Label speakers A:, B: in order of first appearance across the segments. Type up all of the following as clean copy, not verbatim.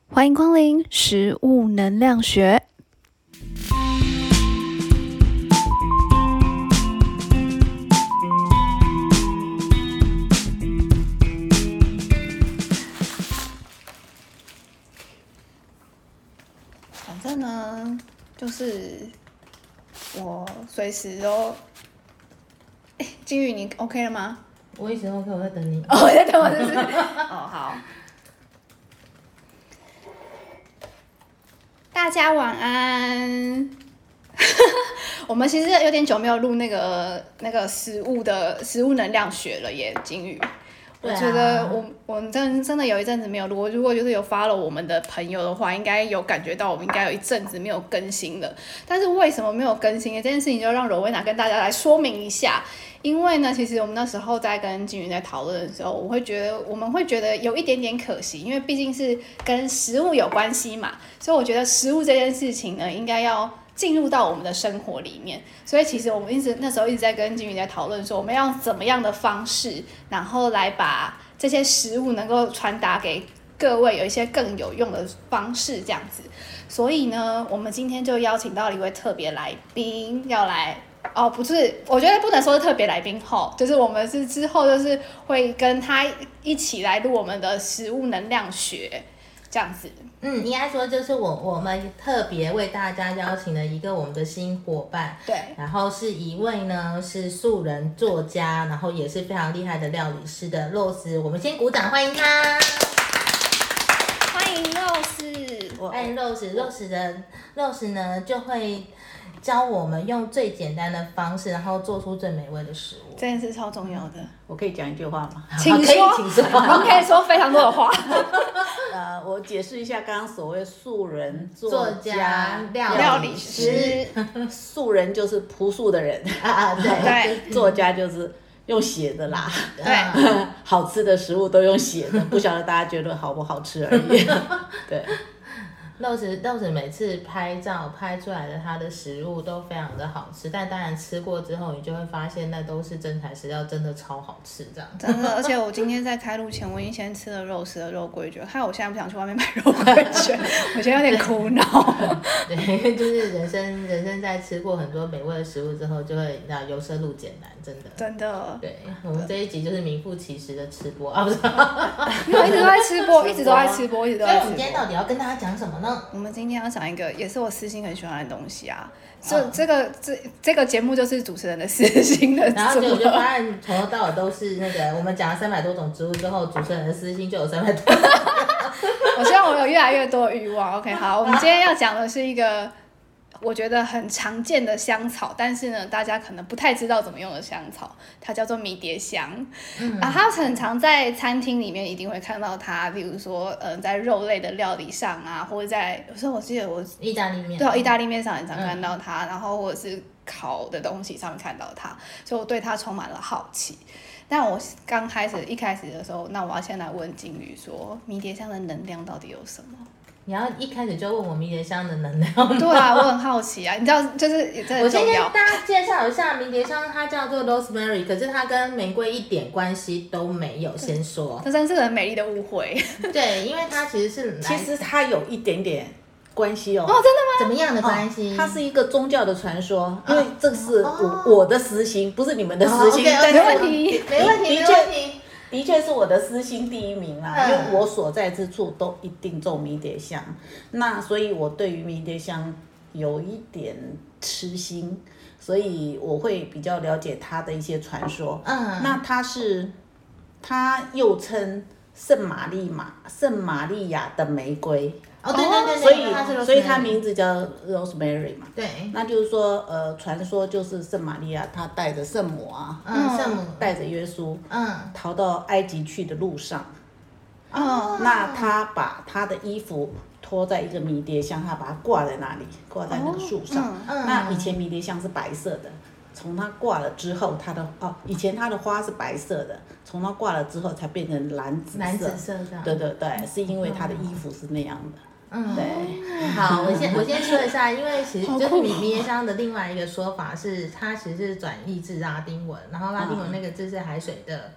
A: 欢迎光临食物能量学。反正呢，就是我随时都，金宇，你 OK 了吗？
B: 我一直 OK， 我在等你。
A: 我在等我，就是哦，好。大家晚安。我们其实有点久没有录那个食物能量学了耶，金宇。我觉得我真的有一阵子没有录。如果就是有 follow 我们的朋友的话，应该有感觉到我们应该有一阵子没有更新了。但是为什么没有更新呢？这件事情就让柔薇娜跟大家来说明一下。因为呢，其实我们那时候在跟金宇在讨论的时候，我们会觉得有一点点可惜，因为毕竟是跟食物有关系嘛，所以我觉得食物这件事情呢，应该要进入到我们的生活里面。所以其实我们那时候一直在跟金宇在讨论说，我们要怎么样的方式，然后来把这些食物能够传达给各位有一些更有用的方式，这样子。所以呢，我们今天就邀请到了一位特别来宾，要来。不是，我觉得不能说是特别来宾后，就是我们是之后就是会跟他一起来录我们的食物能量学这样子。
B: 应该说就是我们特别为大家邀请了一个我们的新伙伴，
A: 对，
B: 然后是一位呢是素人作家，然后也是非常厉害的料理师的 Rose， 我们先鼓掌欢迎他。
A: 欢迎 Rose，
B: 欢迎 Rose 呢就会教我们用最简单的方式，然后做出最美味的食物。
A: 这件事超重要的。
C: 我可以讲一句话吗？
A: 请说，您可以说非常多的话。
C: 我解释一下刚刚所谓素人
B: 作家
A: 料理师，
C: 素人就是朴素的人
A: 对，
C: 作家就是用写的啦，
A: 对，
C: 好吃的食物都用写的，不晓得大家觉得好不好吃而已。对。
B: Rose 每次拍照拍出来的他的食物都非常的好吃，但当然吃过之后你就会发现那都是真材实料，真的超好吃这样。
A: 真的，而且我今天在开录前，我已经先吃了Rose的肉桂卷，害我现在不想去外面买肉桂卷，我现在有点苦恼。
B: 对，就是人生在吃过很多美味的食物之后，就会由奢入俭难，真的。
A: 真的。
B: 对，我们这一集就是名副其实的吃播啊，不是？
A: 因为一直都在吃播，一直都在吃播，一直都在吃播。
B: 所以我们今天到底要跟大家讲什么呢？
A: 我们今天要讲一个也是我私心很喜欢的东西啊，这个节目就是主持人的私心的，
B: 然后就发现从头到尾都是那个我们讲了300多种植物之后，主持人的私心就有300多种。
A: 我希望我有越来越多的欲望。OK， 好，我们今天要讲的是一个我觉得很常见的香草，但是呢，大家可能不太知道怎么用的香草，它叫做迷迭香。它很常在餐厅里面一定会看到它，例如说，在肉类的料理上啊，或者在有时候我记得我
B: 意大利面，
A: 对，意大利面上很常看到它，然后或者是烤的东西上面看到它，所以我对它充满了好奇。但我一开始的时候，那我要先来问金宇说，迷迭香的能量到底有什么？
B: 你要一开始就问我迷迭香的能量吗？
A: 对啊，我很好奇啊，你知道，就是也真的
B: 我先
A: 重要。
B: 跟大家介绍一下迷迭香，它叫做 rosemary， 可是它跟玫瑰一点关系都没有。先说，
A: 这真是很美丽的误会。
B: 对，因为它其实
C: 它有一点点关系哦。
A: 哦，真的吗？
B: 怎么样的关系？
C: 它是一个宗教的传说，因为这是我的私心，不是你们的私心。
A: 没问题，
B: 没问题。
C: 的确是我的私心第一名啦，因为我所在之处都一定种迷迭香，那所以我对于迷迭香有一点痴心，所以我会比较了解它的一些传说。那它又称圣玛利亚的玫瑰。
B: 对，
C: 所以它名字叫 Rosemary 嘛。
B: 对，
C: 那就是说，传说就是圣玛利亚她带着圣母啊，
B: 圣母
C: 带着耶稣，逃到埃及去的路上，那她把她的衣服拖在一个迷迭香，她把它挂在那里，挂在那个树上。那以前迷迭香是白色的，从它挂了之后，以前它的花是白色的，从它挂了之后才变成蓝紫色。对，是因为它的衣服是那样的。对，
B: 好，我先说一下，因为其实就是迷迭香的另外一个说法是，它其实是转译自拉丁文，然后拉丁文那个字是海水的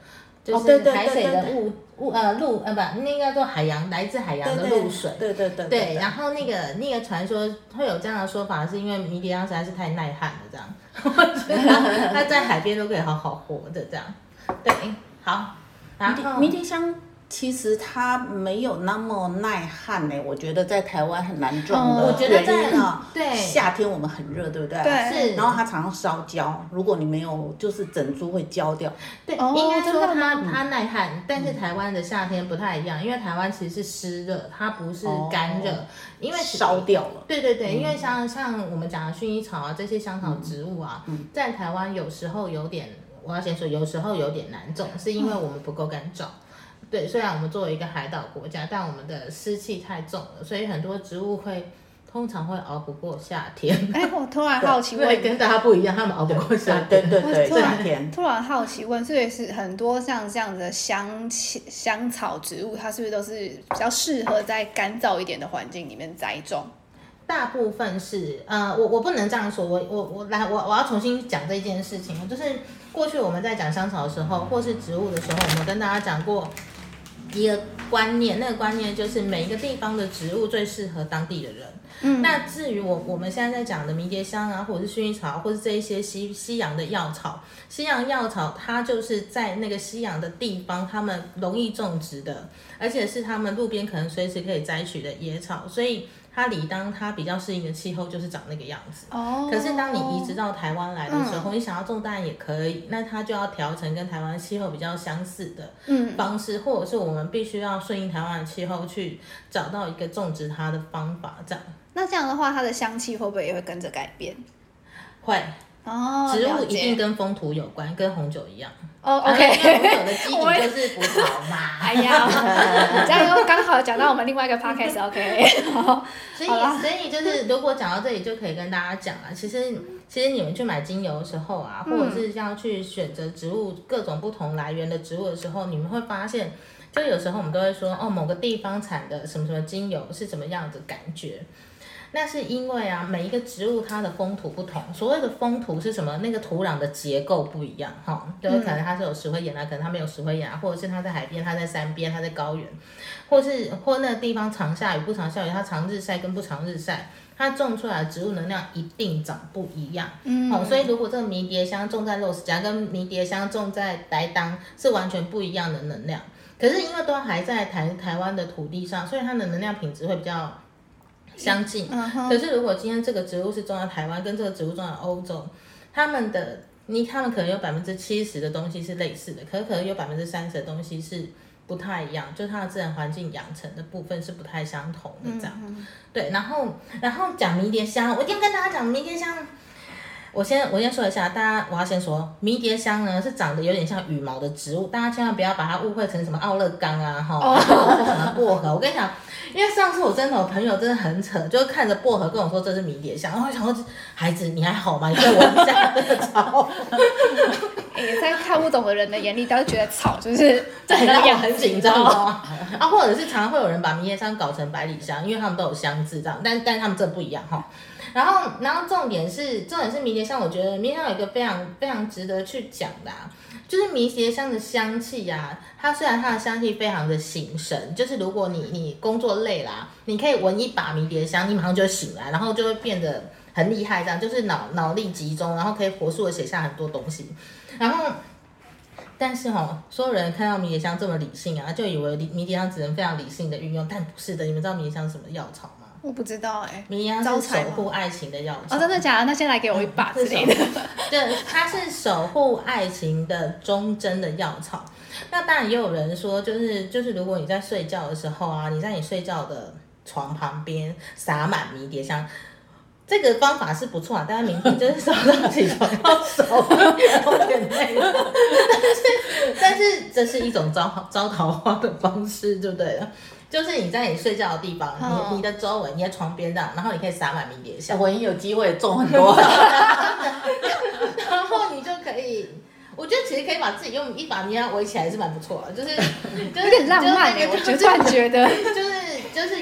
B: 就是海水的不，那应该说海洋，来自海洋的露水。对，然后那个传说会有这样的说法，是因为迷迭香实在是太耐旱了，这样，它在海边都可以好好活的这样。对，好，然后
C: 迷迭香。其实它没有那么耐旱呢，我觉得在台湾很难种的。
B: 我觉得
C: 对夏天我们很热，对不对？
A: 对。
B: 是。
C: 然后它常常烧焦，如果你没有，就是整株会焦掉。
B: 对，应该说它耐旱，但是台湾的夏天不太一样，因为台湾其实是湿热，它不是干热，因为
C: 烧掉了。
B: 对，因为像我们讲的薰衣草啊这些香草植物啊，在台湾有时候有点，我要先说有时候有点难种，是因为我们不够干燥。对，虽然我们作为一个海岛国家，但我们的湿气太重了，所以很多植物通常会熬不过夏天。
A: 我突然好奇
B: 问，跟大家不一样，他们熬不过夏
C: 天。对，夏天。
A: 突然好奇问，所以是很多像这样的香草植物，它是不是都是比较适合在干燥一点的环境里面栽种？
B: 大部分是，我不能这样说，我要重新讲这件事情，就是过去我们在讲香草的时候，或是植物的时候，我们跟大家讲过一个观念，那个观念就是每一个地方的植物最适合当地的人。那至于我们现在在讲的迷迭香啊，或者是薰衣草，或者是这一些西洋的药草，西洋药草它就是在那个西洋的地方，他们容易种植的，而且是他们路边可能随时可以摘取的野草，所以它理当它比较适应的气候就是长那个样子。可是当你移植到台湾来的时候，你想要种当然也可以，那它就要调成跟台湾气候比较相似的方式，或者是我们必须要顺应台湾的气候去找到一个种植它的方法，这样。
A: 那这样的话，它的香气会不会也会跟着改变？
B: 会。植物一定跟风土有关，跟红酒一样。
A: OK。
B: 红酒的基底就是葡萄嘛。
A: 哎呀，这样又刚好讲到我们另外一个 podcast。OK。
B: 所以就是如果讲到这里，就可以跟大家讲啊，其实你们去买精油的时候啊，或者是要去选择植物各种不同来源的植物的时候，你们会发现，就有时候我们都会说，某个地方产的什么什么精油是什么样的感觉。那是因为啊，每一个植物它的风土不同。所谓的风土是什么？那个土壤的结构不一样，就是可能它是有石灰岩啊，可能它没有石灰岩啊，或者是它在海边，它在山边，它在高原，或那个地方常下雨不常下雨，它常日晒跟不常日晒，它种出来的植物能量一定长不一样。所以如果这个迷迭香种在洛斯加跟迷迭香种在台东是完全不一样的能量。可是因为都还在台湾的土地上，所以它的能量品质会比较相近。可是如果今天这个植物是种在台湾，跟这个植物种在欧洲，他们可能有70%的东西是类似的，可能有30%的东西是不太一样，就是它的自然环境养成的部分是不太相同的这样。对，然后讲迷迭香，我一定要跟大家讲迷迭香。我先说一下，我要先说，迷迭香呢是长得有点像羽毛的植物，大家千万不要把它误会成什么奥勒冈啊，或者什么薄荷。我跟你讲，因为上次我真的有朋友真的很扯，就看着薄荷跟我说这是迷迭香，然后我想说，孩子你还好吗？你再闻一下这个草。
A: 在看不懂的人的眼里，都是觉得草就是
B: 对，让我很紧张或者是常常会有人把迷迭香搞成百里香，因为他们都有香字这样，但他们这不一样哈。然后重点是迷迭香，我觉得迷迭香有一个非常非常值得去讲的就是迷迭香的香气啊，它虽然它的香气非常的醒神，就是如果你工作累啦，你可以闻一把迷迭香，你马上就会醒来，然后就会变得很厉害，这样就是脑力集中，然后可以火速的写下很多东西。然后但是所有人看到迷迭香这么理性啊，就以为迷迭香只能非常理性的运用，但不是的。你们知道迷迭香是什么药草吗？
A: 我不知道
B: 迷迭香是守护爱情的药草。
A: 真的假的？那先来给我一把之类的。
B: 对，它是守护爱情的忠贞的药草。那当然也有人说，就是如果你在睡觉的时候啊，你在你睡觉的床旁边撒满迷迭香。这个方法是不错啊，大家明天就是早上起床要手有点累了，但是这是一种招桃花的方式，对不对了？就是你在你睡觉的地方，你的周围，你在床边这样，然后你可以撒满迷迭香。
C: 我也有机会种很多，
B: 然后你就可以。我觉得其实可以把自己用一把迷迭香围起来是蛮不错的，就是
A: 有点浪漫我突然觉得
B: 就是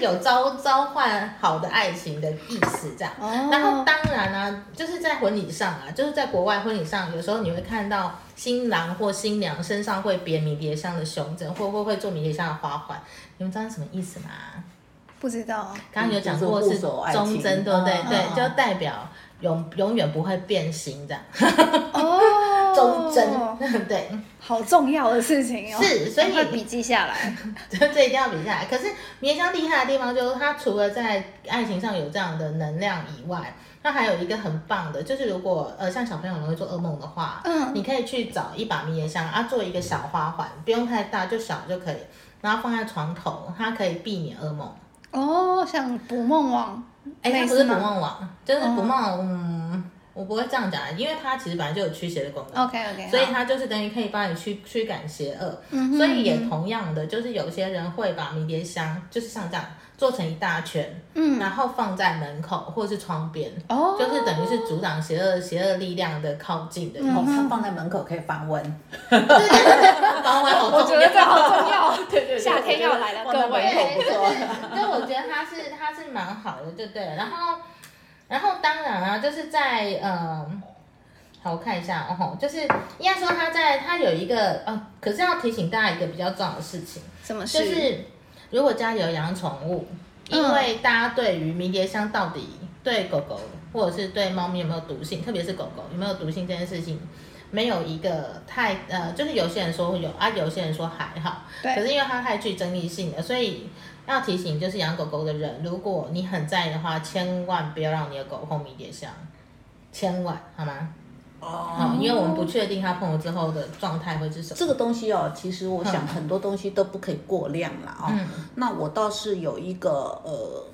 B: 有召唤好的爱情的意思这样。然后当然啊，就是在婚礼上啊，就是在国外婚礼上，有时候你会看到新郎或新娘身上会别迷迭香的胸针，或会做迷迭香的花环，你们知道是什么意思吗？
A: 不知道。
B: 刚刚有讲过是忠贞，对不对？对，就代表永远不会变心这样。哦，忠贞，对，
A: 好重要的事情哦。
B: 是，所以
A: 你笔记下来，
B: 这一定要笔下来。可是迷迭香厉害的地方就是，它除了在爱情上有这样的能量以外，那还有一个很棒的，就是如果像小朋友们会做噩梦的话，你可以去找一把迷迭香啊，做一个小花环，不用太大，就小就可以，然后放在床头，它可以避免噩梦。
A: 哦，像捕梦网，
B: 它不是捕梦网，就是捕梦，我不会这样讲，因为它其实本来就有驱邪的功能。
A: OK，
B: 所以它就是等于可以帮你驱赶邪恶。所以也同样的，就是有些人会把迷迭香，就是像这样做成一大圈，然后放在门口或是窗边，就是等于是阻挡邪恶力量的靠近的意思。
C: 它放在门口可以防蚊。
B: 对，防蚊好重要，
A: 我觉得这好重要。
B: 对，
A: 夏天要来了，各位。
B: 对，我觉得它是蛮好的，就对了。然后当然啊，就是在好，我看一下哦，就是应该说它有一个可是要提醒大家一个比较重要的事情，
A: 什么事？
B: 就是如果家里有养宠物，因为大家对于迷迭香到底对狗狗或者是对猫咪有没有毒性，特别是狗狗有没有毒性这件事情，没有一个太就是有些人说有啊，有些人说还好，可是因为它太具争议性了，所以要提醒就是养狗狗的人，如果你很在意的话，千万不要让你的狗碰迷迭香，千万好吗？因为我们不确定它碰了之后的状态会是什么。
C: 这个东西其实我想很多东西都不可以过量啦那我倒是有一个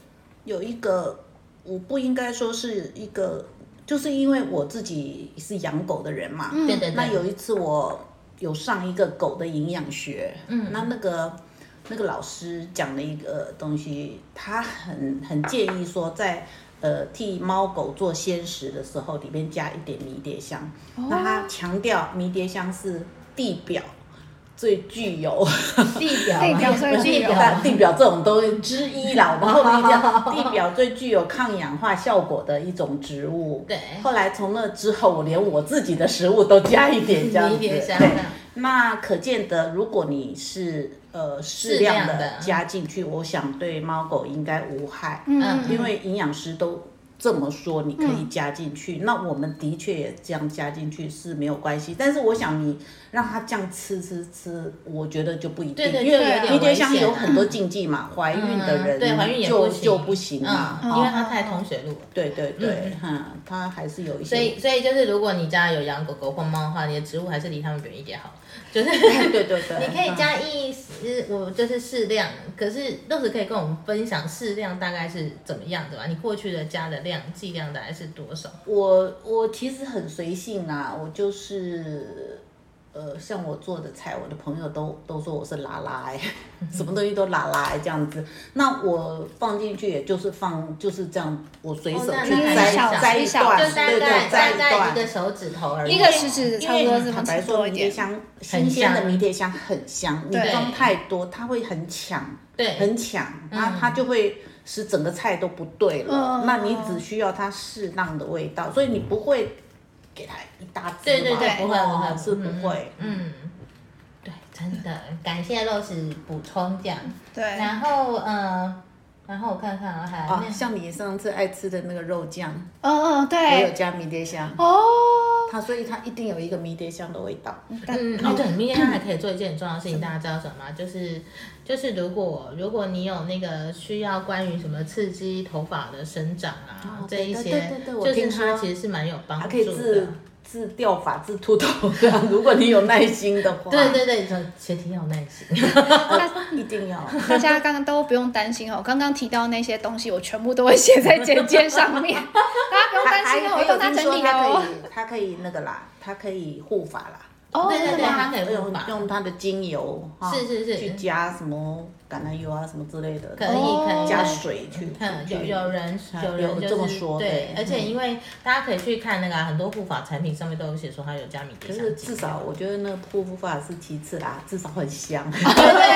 C: 我不应该说是一个，就是因为我自己是养狗的人嘛。
B: 对。
C: 那有一次我有上一个狗的营养学，那个老师讲了一个东西，他很建议说在替猫狗做鲜食的时候，里面加一点迷迭香。那他强调迷迭香是地表最具有
B: 地
C: 表这种东西之一啦，我们后面讲地表最具有抗氧化效果的一种植物。
B: 对。
C: 后来从那之后，我连我自己的食物都加一点这样子。
B: 迷迭香。
C: 那可见得，如果你是适量的加进去，我想对猫狗应该无害。因为营养师都这么说，你可以加进去。那我们的确也这样加进去是没有关系，但是我想你让它这样吃，我觉得就不一定。
B: 对，
C: 因为迷迭香有很多禁忌嘛，怀孕的人
B: 对怀孕也
C: 就不行嘛，
B: 因为它太通血路了。
C: 对，它还是有一些。
B: 所以就是如果你家有养狗狗或猫的话，你的植物还是离它们远一点好。就是
C: 对，
B: 你可以加我就是适量，可是肉子可以跟我们分享适量大概是怎么样的吧？你过去的加的剂量大概是多少？
C: 我其实很随性啦，我就是像我做的菜，我的朋友都说我是拉拉什么东西都拉拉这样子。那我放进去也就是就是这样，我随手去摘一段，
B: 对，摘一个手指头而已，
A: 一个食指差不多是
C: 坦白说，迷迭香新鲜的迷迭香很香，你装太多它会很抢，很抢，它就会使整个菜都不对了。那你只需要它适当的味道，所以你不会给它一大支，
B: 对，不会，
C: 是不会，
B: 对，真的感谢Rose补充这样，
A: 对，
B: 然后我看看还有
C: 像你上次爱吃的那个肉酱，
A: 对，
C: 我有加迷迭香所以它一定有一个迷迭香的味道。
B: 对，迷迭香还可以做一件很重要的事情，大家知道什么吗？就是如果你有那个需要关于什么刺激头发的生长这一些，就是它其实是蛮有帮助的。
C: 治掉发、治秃头这样，如果你有耐心的话。
B: 对，前提要有耐心，
C: 一定要。
A: 大家刚刚都不用担心刚刚提到那些东西，我全部都会写在简介上面，大家不用担心我帮他整理
C: 它可以那个啦，它可以护发啦。
B: 对，它可以
C: 用它的精油
B: 是
C: 去加什么橄榄油什么之类的，
B: 可以
C: 加水去。
B: 有人
C: 这么说，
B: 对，而且因为大家可以去看那个很多护发产品上面都有写说它有加迷迭香。
C: 可是至少我觉得那个护肤发是其次啦，至少很香。
B: 对，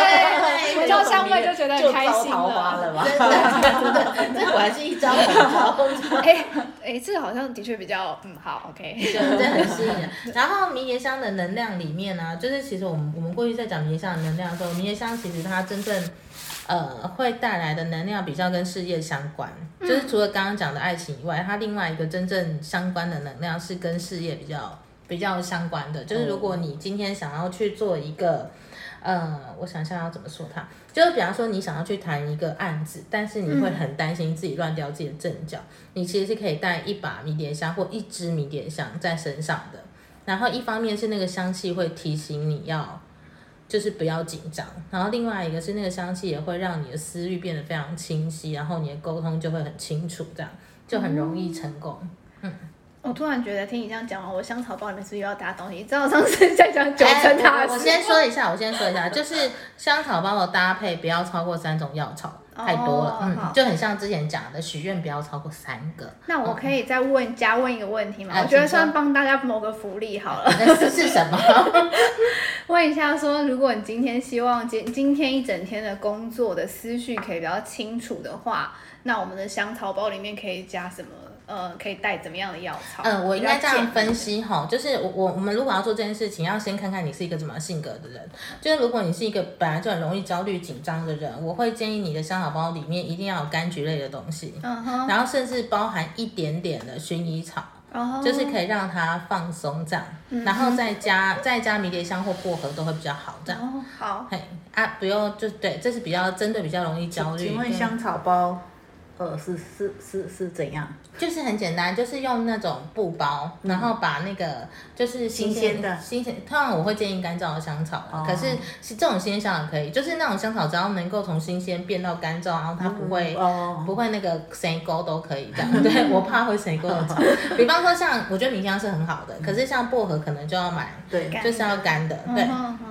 A: 闻到香味就觉得很开心
C: 桃花了吧？
B: 真的，这果然是一招红招。
A: 这个好像的确比较好 ，OK，
B: 对，这很吸引人。然后迷迭香的能量里面呢，就是其实我们过去在讲迷迭香的能量的时候，迷迭香其实它真正会带来的能量比较跟事业相关，就是除了刚刚讲的爱情以外，它另外一个真正相关的能量是跟事业比较相关的，就是如果你今天想要去做一个，我想想要怎么说它，就是比方说你想要去谈一个案子，但是你会很担心自己乱掉自己的阵脚，你其实是可以带一把迷迭香或一支迷迭香在身上的，然后一方面是那个香气会提醒你就是不要紧张，然后另外一个是那个香气也会让你的思虑变得非常清晰，然后你的沟通就会很清楚，这样就很容易成功。
A: 我突然觉得听你这样讲完，我香草包里面是不是又要搭东西？你知道上次在讲9层塔
B: 我先说一下，就是香草包的搭配不要超过3种药草，太多了，就很像之前讲的许愿不要超过3个。
A: 那我可以再加问一个问题吗？我觉得算帮大家谋个福利好了。
B: 是什么？
A: 问一下说，如果你今天希望今天一整天的工作的思绪可以比较清楚的话，那我们的香草包里面可以加什么？可以带怎么样的药草？
B: 我应该这样分析哈，就是我们如果要做这件事情，要先看看你是一个怎么性格的人。就是如果你是一个本来就很容易焦虑紧张的人，我会建议你的香草包里面一定要有柑橘类的东西，然后甚至包含一点点的薰衣草。就是可以让它放松这样，然后再加迷迭香或薄荷都会比较好这样。
A: 好，
B: 不用就对，这是比较针对比较容易焦虑。
C: 请问香草包是怎样？
B: 就是很简单，就是用那种布包，然后把那个就是新鲜，通常我会建议干燥的香草，可是这种新鲜香草可以，就是那种香草只要能够从新鲜变到干燥，然后它不会那个生勾都可以这样。对，我怕会生勾的。比方说像我觉得迷迭香是很好的，可是像薄荷可能就要买，对，就是要干的，对。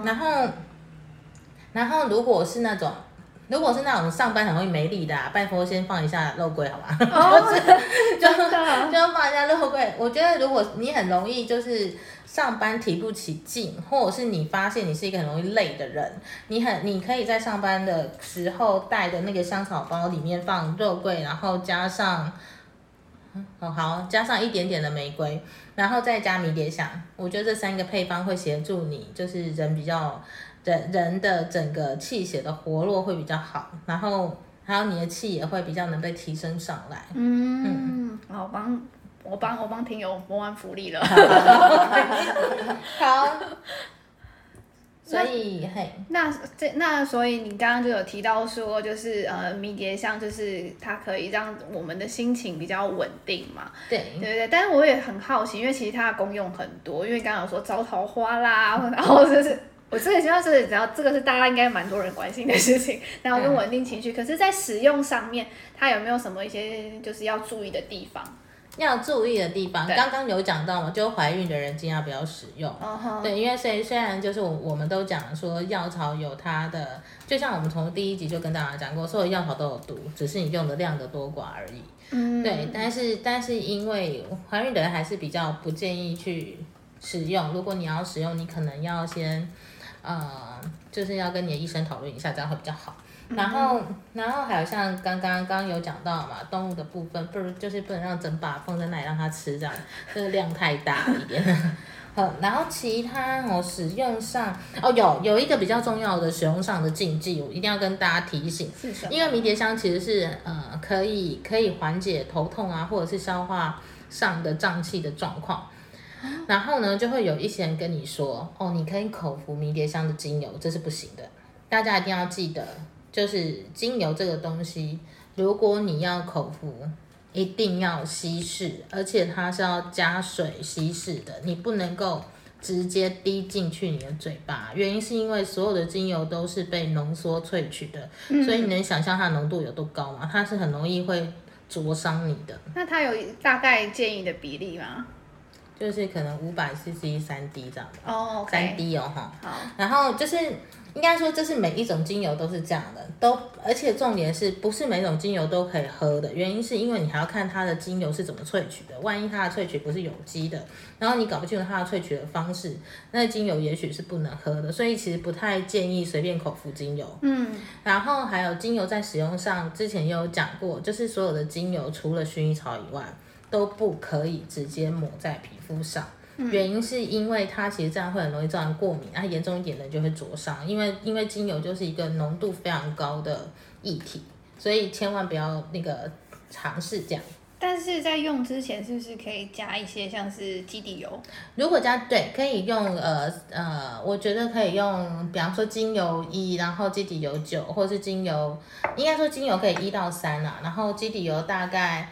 B: 然后如果是那种上班很容易没力的，拜托先放一下肉桂好吧？就放一下肉桂。我觉得如果你很容易就是上班提不起劲，或者是你发现你是一个很容易累的人，你可以在上班的时候带的那个香草包里面放肉桂，然后加上一点点的玫瑰，然后再加迷迭香。我觉得这3个配方会协助你，就是人的整个气血的活络会比较好，然后还有你的气也会比较能被提升上来。
A: 我帮听友谋完福利了。
B: 好。所以
A: 所以你刚刚就有提到说，就是迷迭香就是它可以让我们的心情比较稳定嘛，对不对？但是我也很好奇，因为其实它的功用很多，因为刚刚有说招桃花啦，然后就是我这个希望是只要这个是大家应该蛮多人关心的事情，然后跟稳定情绪。可是，在使用上面，它有没有什么一些就是要注意的地方？
B: 要注意的地方，刚刚有讲到嘛，就怀孕的人尽量不要使用。对，因为虽然就是我们都讲说药草有它的，就像我们从第1集就跟大家讲过，所有药草都有毒，只是你用的量的多寡而已。对，但是因为怀孕的人还是比较不建议去使用。如果你要使用，你可能要先就是要跟你的医生讨论一下，这样会比较好。然后还有像刚刚有讲到嘛，动物的部分不能让整把放在那里让它吃，这样这个量太大一点。然后其他使用上有一个比较重要的使用上的禁忌，我一定要跟大家提醒，因为迷迭香其实是可以缓解头痛啊，或者是消化上的胀气的状况。然后呢，就会有一些人跟你说，你可以口服迷迭香的精油，这是不行的。大家一定要记得，就是精油这个东西，如果你要口服，一定要稀释，而且它是要加水稀释的，你不能够直接滴进去你的嘴巴。原因是因为所有的精油都是被浓缩萃取的，所以你能想象它的浓度有多高吗？它是很容易会灼伤你的。
A: 那它有大概建议的比例吗？
B: 就是可能500cc 3滴这样的。
A: 3滴
B: 哈。然后就是应该说这是每一种精油都是这样的，而且重点是不是每种精油都可以喝的？原因是因为你还要看它的精油是怎么萃取的，万一它的萃取不是有机的，然后你搞不清楚它的萃取的方式，那精油也许是不能喝的，所以其实不太建议随便口服精油。然后还有精油在使用上，之前也有讲过，就是所有的精油除了薰衣草以外，都不可以直接抹在皮肤上。原因是因为它其实这样会很容易造成过敏，严重一点的就会灼伤，因为精油就是一个浓度非常高的液体，所以千万不要那个尝试这样。
A: 但是在用之前是不是可以加一些像是基底油？
B: 如果对，可以用我觉得可以用，比方说精油1，然后基底油9，或是精油，应该说精油可以1到3啦，然后基底油大概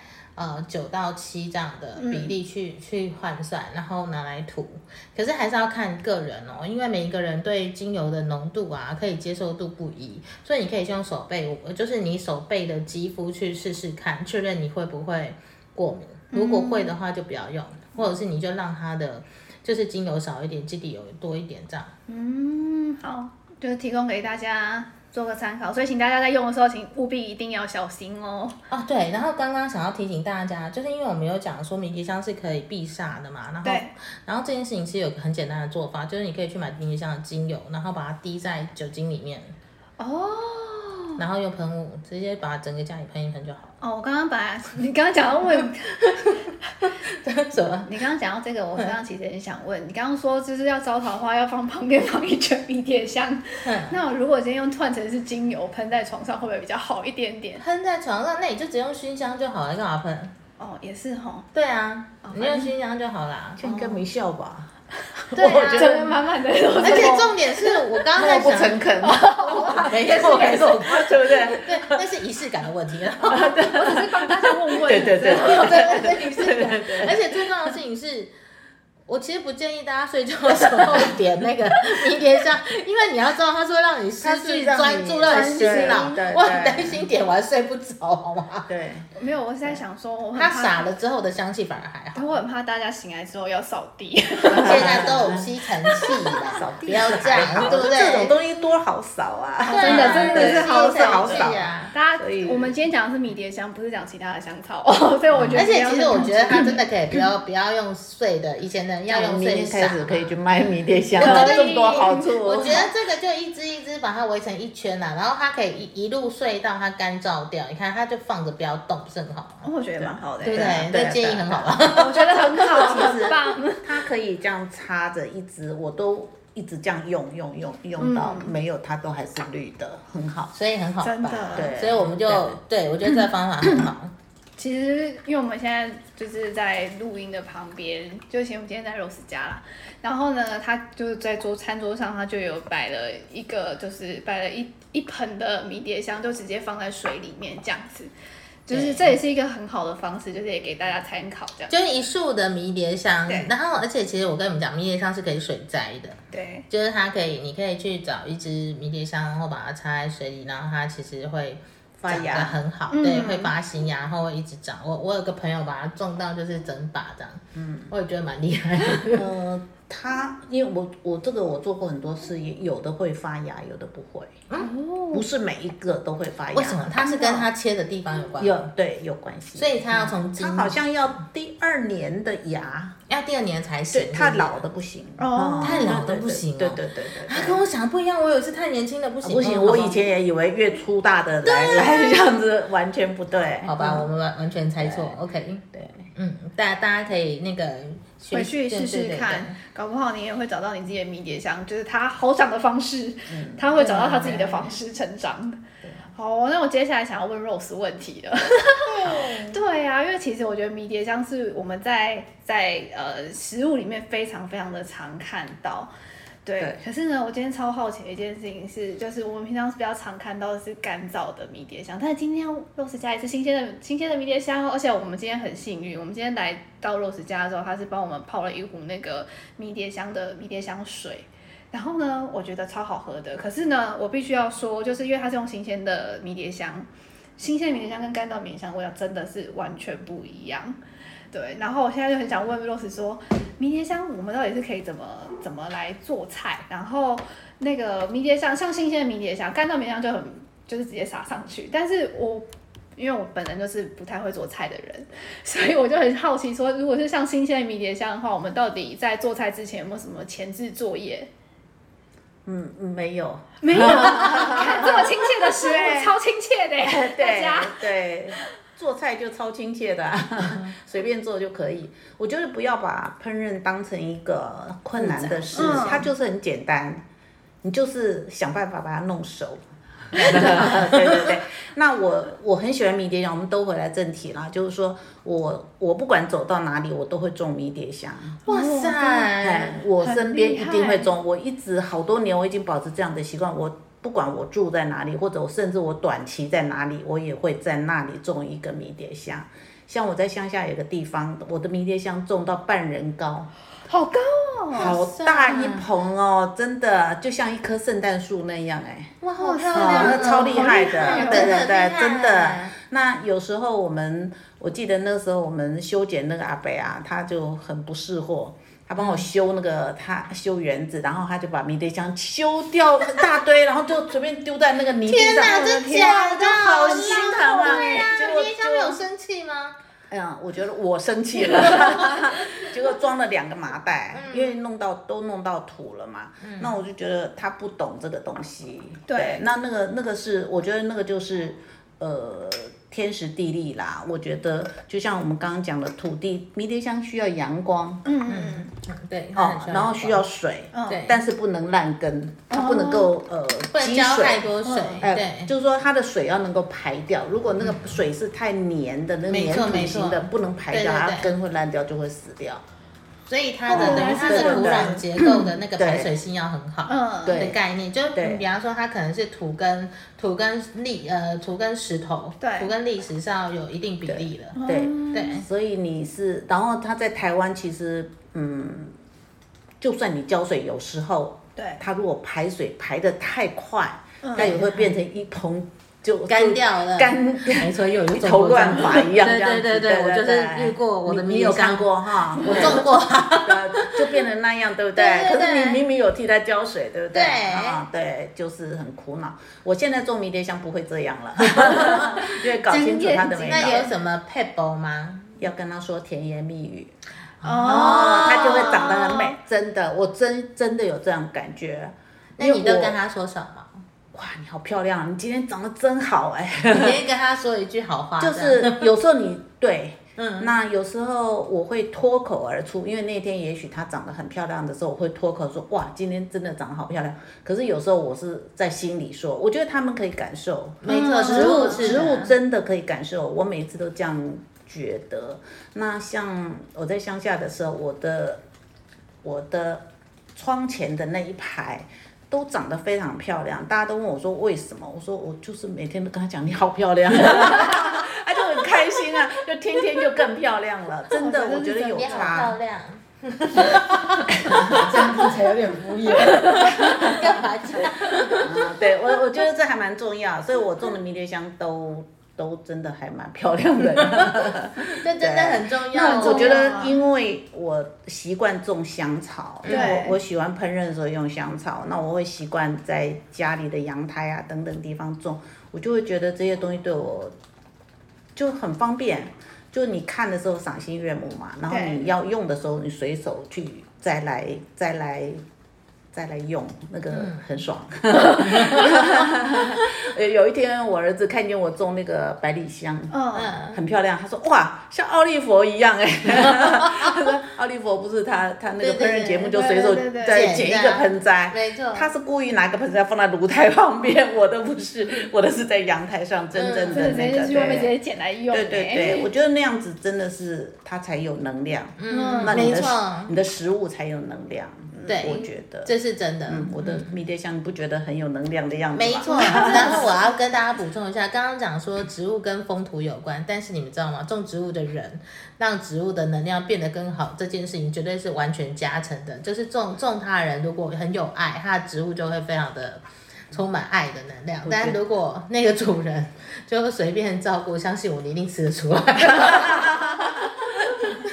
B: 9到7这样的比例去换算，然后拿来涂。可是还是要看个人哦，因为每一个人对精油的浓度啊，可以接受度不一，所以你可以先用手背，就是你手背的肌肤去试试看，确认你会不会过敏。如果会的话就不要用，或者是你就让它的就是精油少一点，基底油多一点这样。
A: 好，就是提供给大家做个参考，所以请大家在用的时候，请务必一定要小心哦。
B: 对，然后刚刚想要提醒大家，就是因为我们有讲说迷迭香是可以避煞的嘛，然后这件事情是有个很简单的做法，就是你可以去买迷迭香的精油，然后把它滴在酒精里面，然后用喷雾直接把整个家里喷一喷就好了。
A: 我刚刚你刚刚讲到问
B: 什么？
A: 你刚刚讲到这个，我刚刚其实很想问，你刚刚说就是要招桃花，要旁边放一圈迷迭香，那如果今天用换成是精油喷在床上，会不会比较好一点点？
B: 喷在床上，那你就只用熏香就好了，干嘛喷？
A: 也是齁。
B: 对啊，你用熏香就好啦，
C: 这样应该没效吧？
A: 对啊，整个满满的，
B: 而且重点是我刚刚在想，
C: 不诚恳，
B: 没错，
C: 对不对？
B: 对，那是仪式感的问题了。
A: 我只是帮大家问问。
B: 对，仪式感。而且最重要的事情是，我其实不建议大家睡觉的时候点那个迷迭香，因为你要知道它是会让你失去专注，让你洗脑。我很担心点完睡不着，好吗？
C: 对，
A: 没有，我是在想说，
B: 它洒了之后的香气反而还好。
A: 我很怕大家醒来之后要扫地。
B: 现在都有吸尘器啦，不要这样，对不对？
C: 这种东西多好扫啊！
A: 真的是好扫
B: 啊！
A: 大家，我们今天讲的是迷迭香，不是讲其他的香草，所以我觉得。
B: 而且其实我觉得它真的可以不要用碎的，以前的要用碎
C: 沙。开始可以去卖迷迭香，这么多好处。
B: 我觉得这个就一支把它围成一圈啦，然后它可以一路睡到它干燥掉。你看它就放着不要动，不是很好吗？
A: 我觉得蛮好的，
B: 对不对？这建议很好吧？
A: 我觉得很好，很棒。
C: 它可以这样插着一支，我都一直这样用到没有，它都还是绿的，很好，
B: 所以很好，
A: 真的。
C: 对，
B: 所以我们就对我觉得这个方法很好。
A: 其实，因为我们现在就是在录音的旁边，就其实我们今天在 Rose 家啦。然后呢，他就是在餐桌上，他就有摆了一盆的迷迭香，就直接放在水里面这样子。就是这也是一个很好的方式，就是也给大家参考这样。
B: 就是一束的迷迭香，然后而且其实我跟你们讲，迷迭香是可以水栽的。
A: 对，
B: 就是你可以去找一支迷迭香，然后把它插在水里，然后它其实会发芽的很好，对，会发新芽，然后会一直长。我有个朋友把它种到就是整把这样，我也觉得蛮厉害的。
C: 因为我这个我做过很多次，有的会发芽，有的不会，不是每一个都会发芽。
B: 为什么？它是跟它切的地方有关？
C: 有关系。
B: 所以它要从
C: 它好像要第2年的芽，
B: 要第2年才行。
C: 太老的不行
B: 太老的不行。
C: 对。
B: 它跟我想的不一样，我以为是太年轻的不行。
C: 不行，我以前也以为越粗大的来这样子，完全不对。
B: 好吧，我们完全猜错。OK， 对，大家可以那个。
A: 回去试试看，搞不好你也会找到你自己的迷迭香，就是它好长的方式，它会找到它自己的方式成长。好，那我接下来想要问 Rose 问题了。对啊，因为其实我觉得迷迭香是我们在食物里面非常非常的常看到。对，可是呢，我今天超好奇的一件事情是，就是我们平常比较常看到的是干燥的迷迭香，但是今天 Rose 家也是新鲜的迷迭香哦，而且我们今天很幸运，我们今天来到 Rose 家的时候，他是帮我们泡了一壶那个迷迭香水，然后呢，我觉得超好喝的。可是呢，我必须要说，就是因为它是用新鲜的迷迭香跟干燥迷迭香味道真的是完全不一样。 对，然后我现在就很想问 Rose 说，迷迭香我们到底是可以怎么来做菜？然后那个迷迭香，像新鲜的迷迭香，干燥迷迭香就是直接撒上去。但是因为我本人就是不太会做菜的人，所以我就很好奇说，如果是像新鲜的迷迭香的话，我们到底在做菜之前有没有什么前置作业？
C: 没有，
A: 看这么亲切的食物，超亲切的，大家
C: 对。做菜就超亲切的、随便做就可以。我觉得不要把烹饪当成一个困难的事，它就是很简单，你就是想办法把它弄熟。对。那我很喜欢迷迭香，我们都回来正题啦，就是说我不管走到哪里，我都会种迷迭香。
B: 哇塞，
C: 我身边一定会种，我一直好多年我已经保持这样的习惯，不管我住在哪里，或者甚至我短期在哪里，我也会在那里种一个迷迭香。像我在乡下有个地方，我的迷迭香种到半人高，
A: 好高哦，
C: 好大一棚哦，真的就像一棵圣诞树那样
B: 哇，好漂亮，
C: 那超厉害的，
B: 对，
C: 真的。那有时候我记得那时候我们修剪那个阿伯啊，他就很不识货。他帮我修他修园子，然后他就把迷迭香修掉一大堆，然后就随便丢在那个泥地上。
B: 天哪，真假的？
C: 就好心疼啊！
B: 对啊，迷迭香没有生气吗？
C: 我觉得我生气了，结果装了2个麻袋，因为都弄到土了嘛。那我就觉得他不懂这个东西。对，那个是，我觉得那个就是天时地利啦。我觉得就像我们刚刚讲的土地，迷迭香需要阳光，
B: 对，
C: 然后需要水，
B: 对，
C: 但是不能烂根，它不能够积
B: 水，
C: 太
B: 多水，对，
C: 就是说它的水要能够排掉。如果那个水是太黏的，那黏土型的不能排掉，它根会烂掉，就会死掉。
B: 所以它的等于它的土壤结构的那个排水性要很好的概念，就比方说它可能是土跟石头，土跟砾石是要有一定比例的，
C: 对，所以然后它在台湾其实就算你浇水，有时候它如果排水排得太快，它也会变成一盆。就
B: 干掉了，没错，又有一
C: 头乱发一样，
B: 对，我就是遇过我的迷迭香，
C: 你有看过哈？
B: 我种过，
C: 就变成那样，对不对？可是你明明有替它浇水，对不对？对，就是很苦恼。我现在种迷迭香不会这样了，因为搞清楚它的味道。
B: 那有什么撇步吗？
C: 要跟他说甜言蜜语，它就会长得很美。真的，我真的有这样感觉。
B: 那你都跟他说什么？
C: 哇，你好漂亮！你今天长得真好
B: 你可以跟他说一句好话。
C: 就是有时候那有时候我会脱口而出，因为那天也许她长得很漂亮的时候，我会脱口说哇，今天真的长得好漂亮。可是有时候我是在心里说，我觉得他们可以感受，
B: 没错，
C: 植物真的可以感受。我每次都这样觉得。那像我在乡下的时候，我的窗前的那一排。都长得非常漂亮，大家都问我说为什么？我说我就是每天都跟他讲你好漂亮，他就很开心啊，就天天就更漂亮了，真的，我觉得有差。
B: 你好漂亮，
D: 这样子才有点敷衍。
B: 干嘛这样？
C: 对，我觉得这还蛮重要，所以我种的迷迭香都真的还蛮漂亮的，
B: 这真的很重要。
C: 那我觉得，因为我习惯种香草，我喜欢烹饪的时候用香草，那我会习惯在家里的阳台啊等等地方种，我就会觉得这些东西对我就很方便，就你看的时候赏心悦目嘛，然后你要用的时候你随手去再来用，那个很爽。有一天我儿子看见我种那个百里香，很漂亮，他说哇，像奥利佛一样他说奥利佛不是他那个烹饪节目就随手再捡一个盆栽，
B: 没错，
C: 他是故意拿个盆栽放在炉台旁边，我的不是，我的是在阳台上真正的那个，
A: 就是外面直接捡来用。
C: 对，我觉得那样子真的是它才有能量，那你的食物才有能量。
B: 对，
C: 我觉得
B: 这是真的。
C: 我的迷迭香，你不觉得很有能量的样子吗？
B: 没错。然后我要跟大家补充一下，刚刚讲说植物跟风土有关，但是你们知道吗？种植物的人让植物的能量变得更好，这件事情绝对是完全加成的。就是种它的人如果很有爱，它的植物就会非常的充满爱的能量。但如果那个主人就随便照顾，相信我，你一定吃得出来。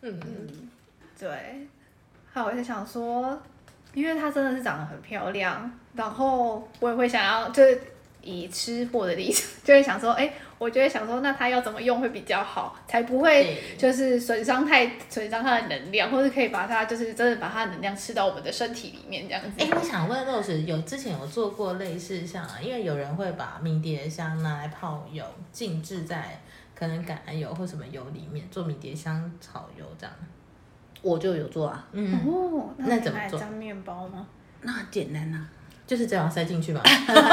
A: 对。还有我在想说，因为它真的是长得很漂亮，然后我也会想要，就是以吃货的立场，就会想说，我就会想说，那它要怎么用会比较好，才不会就是损伤它的能量，或是可以把它就是真的把它的能量吃到我们的身体里面这样子。
B: 我想问 Rose， 之前有做过类似像，因为有人会把迷迭香拿来泡油，浸制在可能橄榄油或什么油里面做迷迭香炒油这样。
C: 我就有做啊。
B: 那怎么做？
A: 沾面包吗？
C: 那简单啊，
B: 就是这样塞进去吧。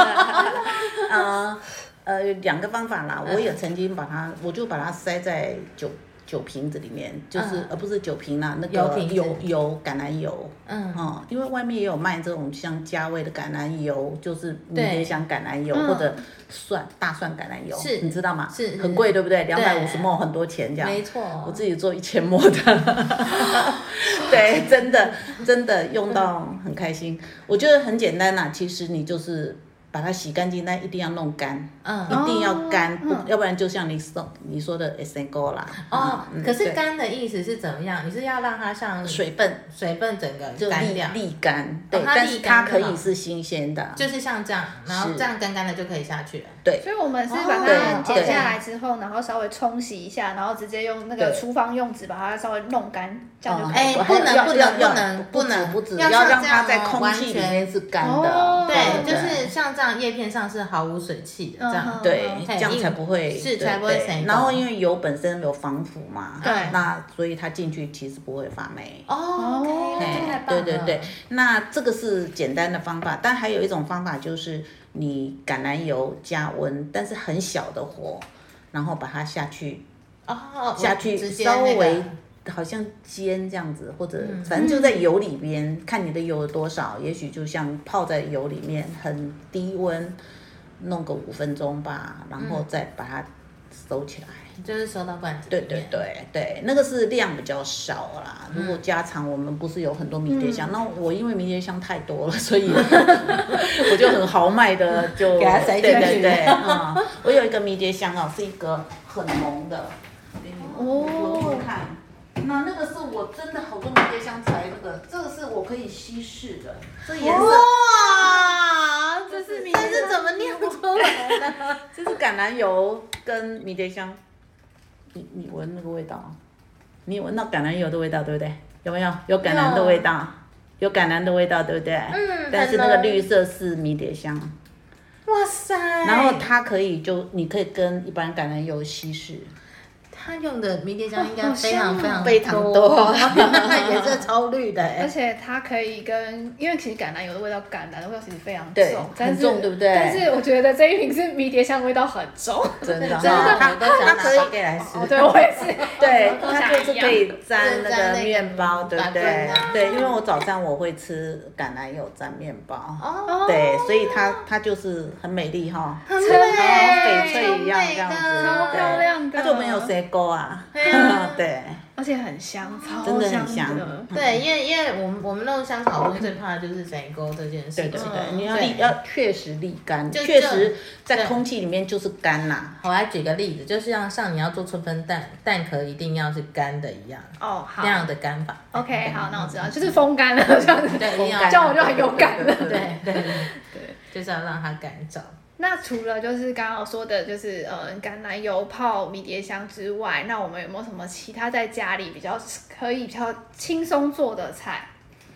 C: 2个方法啦，我也曾经我就把它塞在酒瓶子里面，就是不是酒瓶啦，那个油橄榄油，因为外面也有卖这种像加味的橄榄油，就是迷迭香橄榄油或者大蒜橄榄油，你知道吗？
B: 是
C: 很贵，对不对？250ml很多钱这样。
B: 没错，
C: 我自己做1000ml的，对，真的用到很开心。我觉得很简单啦，其实你就是把它洗干净，但一定要弄干，一定要干，要不然就像你说的 SNGO 啦。
B: 可是干的意思是怎么样？你是要让它像
C: 水分
B: 整个干掉，
C: 沥干，对，但是它可以是新鲜的，
B: 就是像这样，然后这样干干的就可以下去了。
C: 对，
A: 所以我们是把它剪下来之后，然后稍微冲洗一下，然后直接用那个厨房用纸把它稍微弄干，这样就可以。
B: 不能，
C: 要让它在空气里面是干的。
B: 对，就是像这样叶片上是毫无水汽的，这样
C: 对，这样才不会
B: 才不会生。
C: 然后因为油本身有防腐嘛，
B: 对，
C: 那所以它进去其实不会发霉。
B: 对，
C: 那这个是简单的方法，但还有一种方法就是你橄榄油加温，但是很小的火，然后把它下去稍微好像煎这样子，或者反正就在油里边，看你的油有多少，也许就像泡在油里面，很低温弄个5分钟吧，然后再把它收起来。
B: 就是收到罐子里面。
C: 对，那个是量比较少啦。如果家常我们不是有很多迷迭香，那我因为迷迭香太多了，所以我就很豪迈的就
B: 给它塞进去。
C: 对，我有一个迷迭香是一个很浓的，给你们闻看。那个是我真的好多迷迭香才这个是我可以稀释的，这颜色。
B: 哇，这是怎么酿出来的？
C: 这是橄榄油跟迷迭香。你闻那个味道，你有闻到橄榄油的味道，对不对？有没有？有橄榄的味道，有橄榄的味道，对不对？但是那个绿色是迷迭香。
B: 哇塞！
C: 然后它你可以跟一般橄榄油稀释。
B: 他用的迷迭香应该非常
C: 多，
B: 颜色超绿的，
A: 而且它可以因为其实橄榄油的味道其实非常
C: 重，很重，对不对？
A: 但是我觉得这一瓶是迷迭香味道很重，
C: 真的，
B: 它
C: 可以给来吃。
A: 对，我也是，
C: 对，它就是可以沾那个面包，对不对？对，因为我早上我会吃橄榄油沾面包，对，所以它就是很美丽哈，
B: 很美，
C: 翡翠一样这样子，
A: 超漂亮的，
C: 它就没有SNGO啊，对，
A: 而且很香，
C: 真的很香。
B: 对，因为我们弄香草最怕的就是SNGO这件事。
C: 对，你要确实沥干，确实在空气里面就是干啦。
B: 我来举个例子，就是像你要做春分蛋壳一定要是干的一样。
A: 好，
B: 那样的干法。
A: OK， 好，那我知道，就是风干了这样子，
B: 对，
A: 这样我就很有感了。
B: 对，就是要让它干燥。
A: 那除了就是刚刚说的，就是橄榄油泡迷迭香之外，那我们有没有什么其他在家里可以比较轻松做的菜？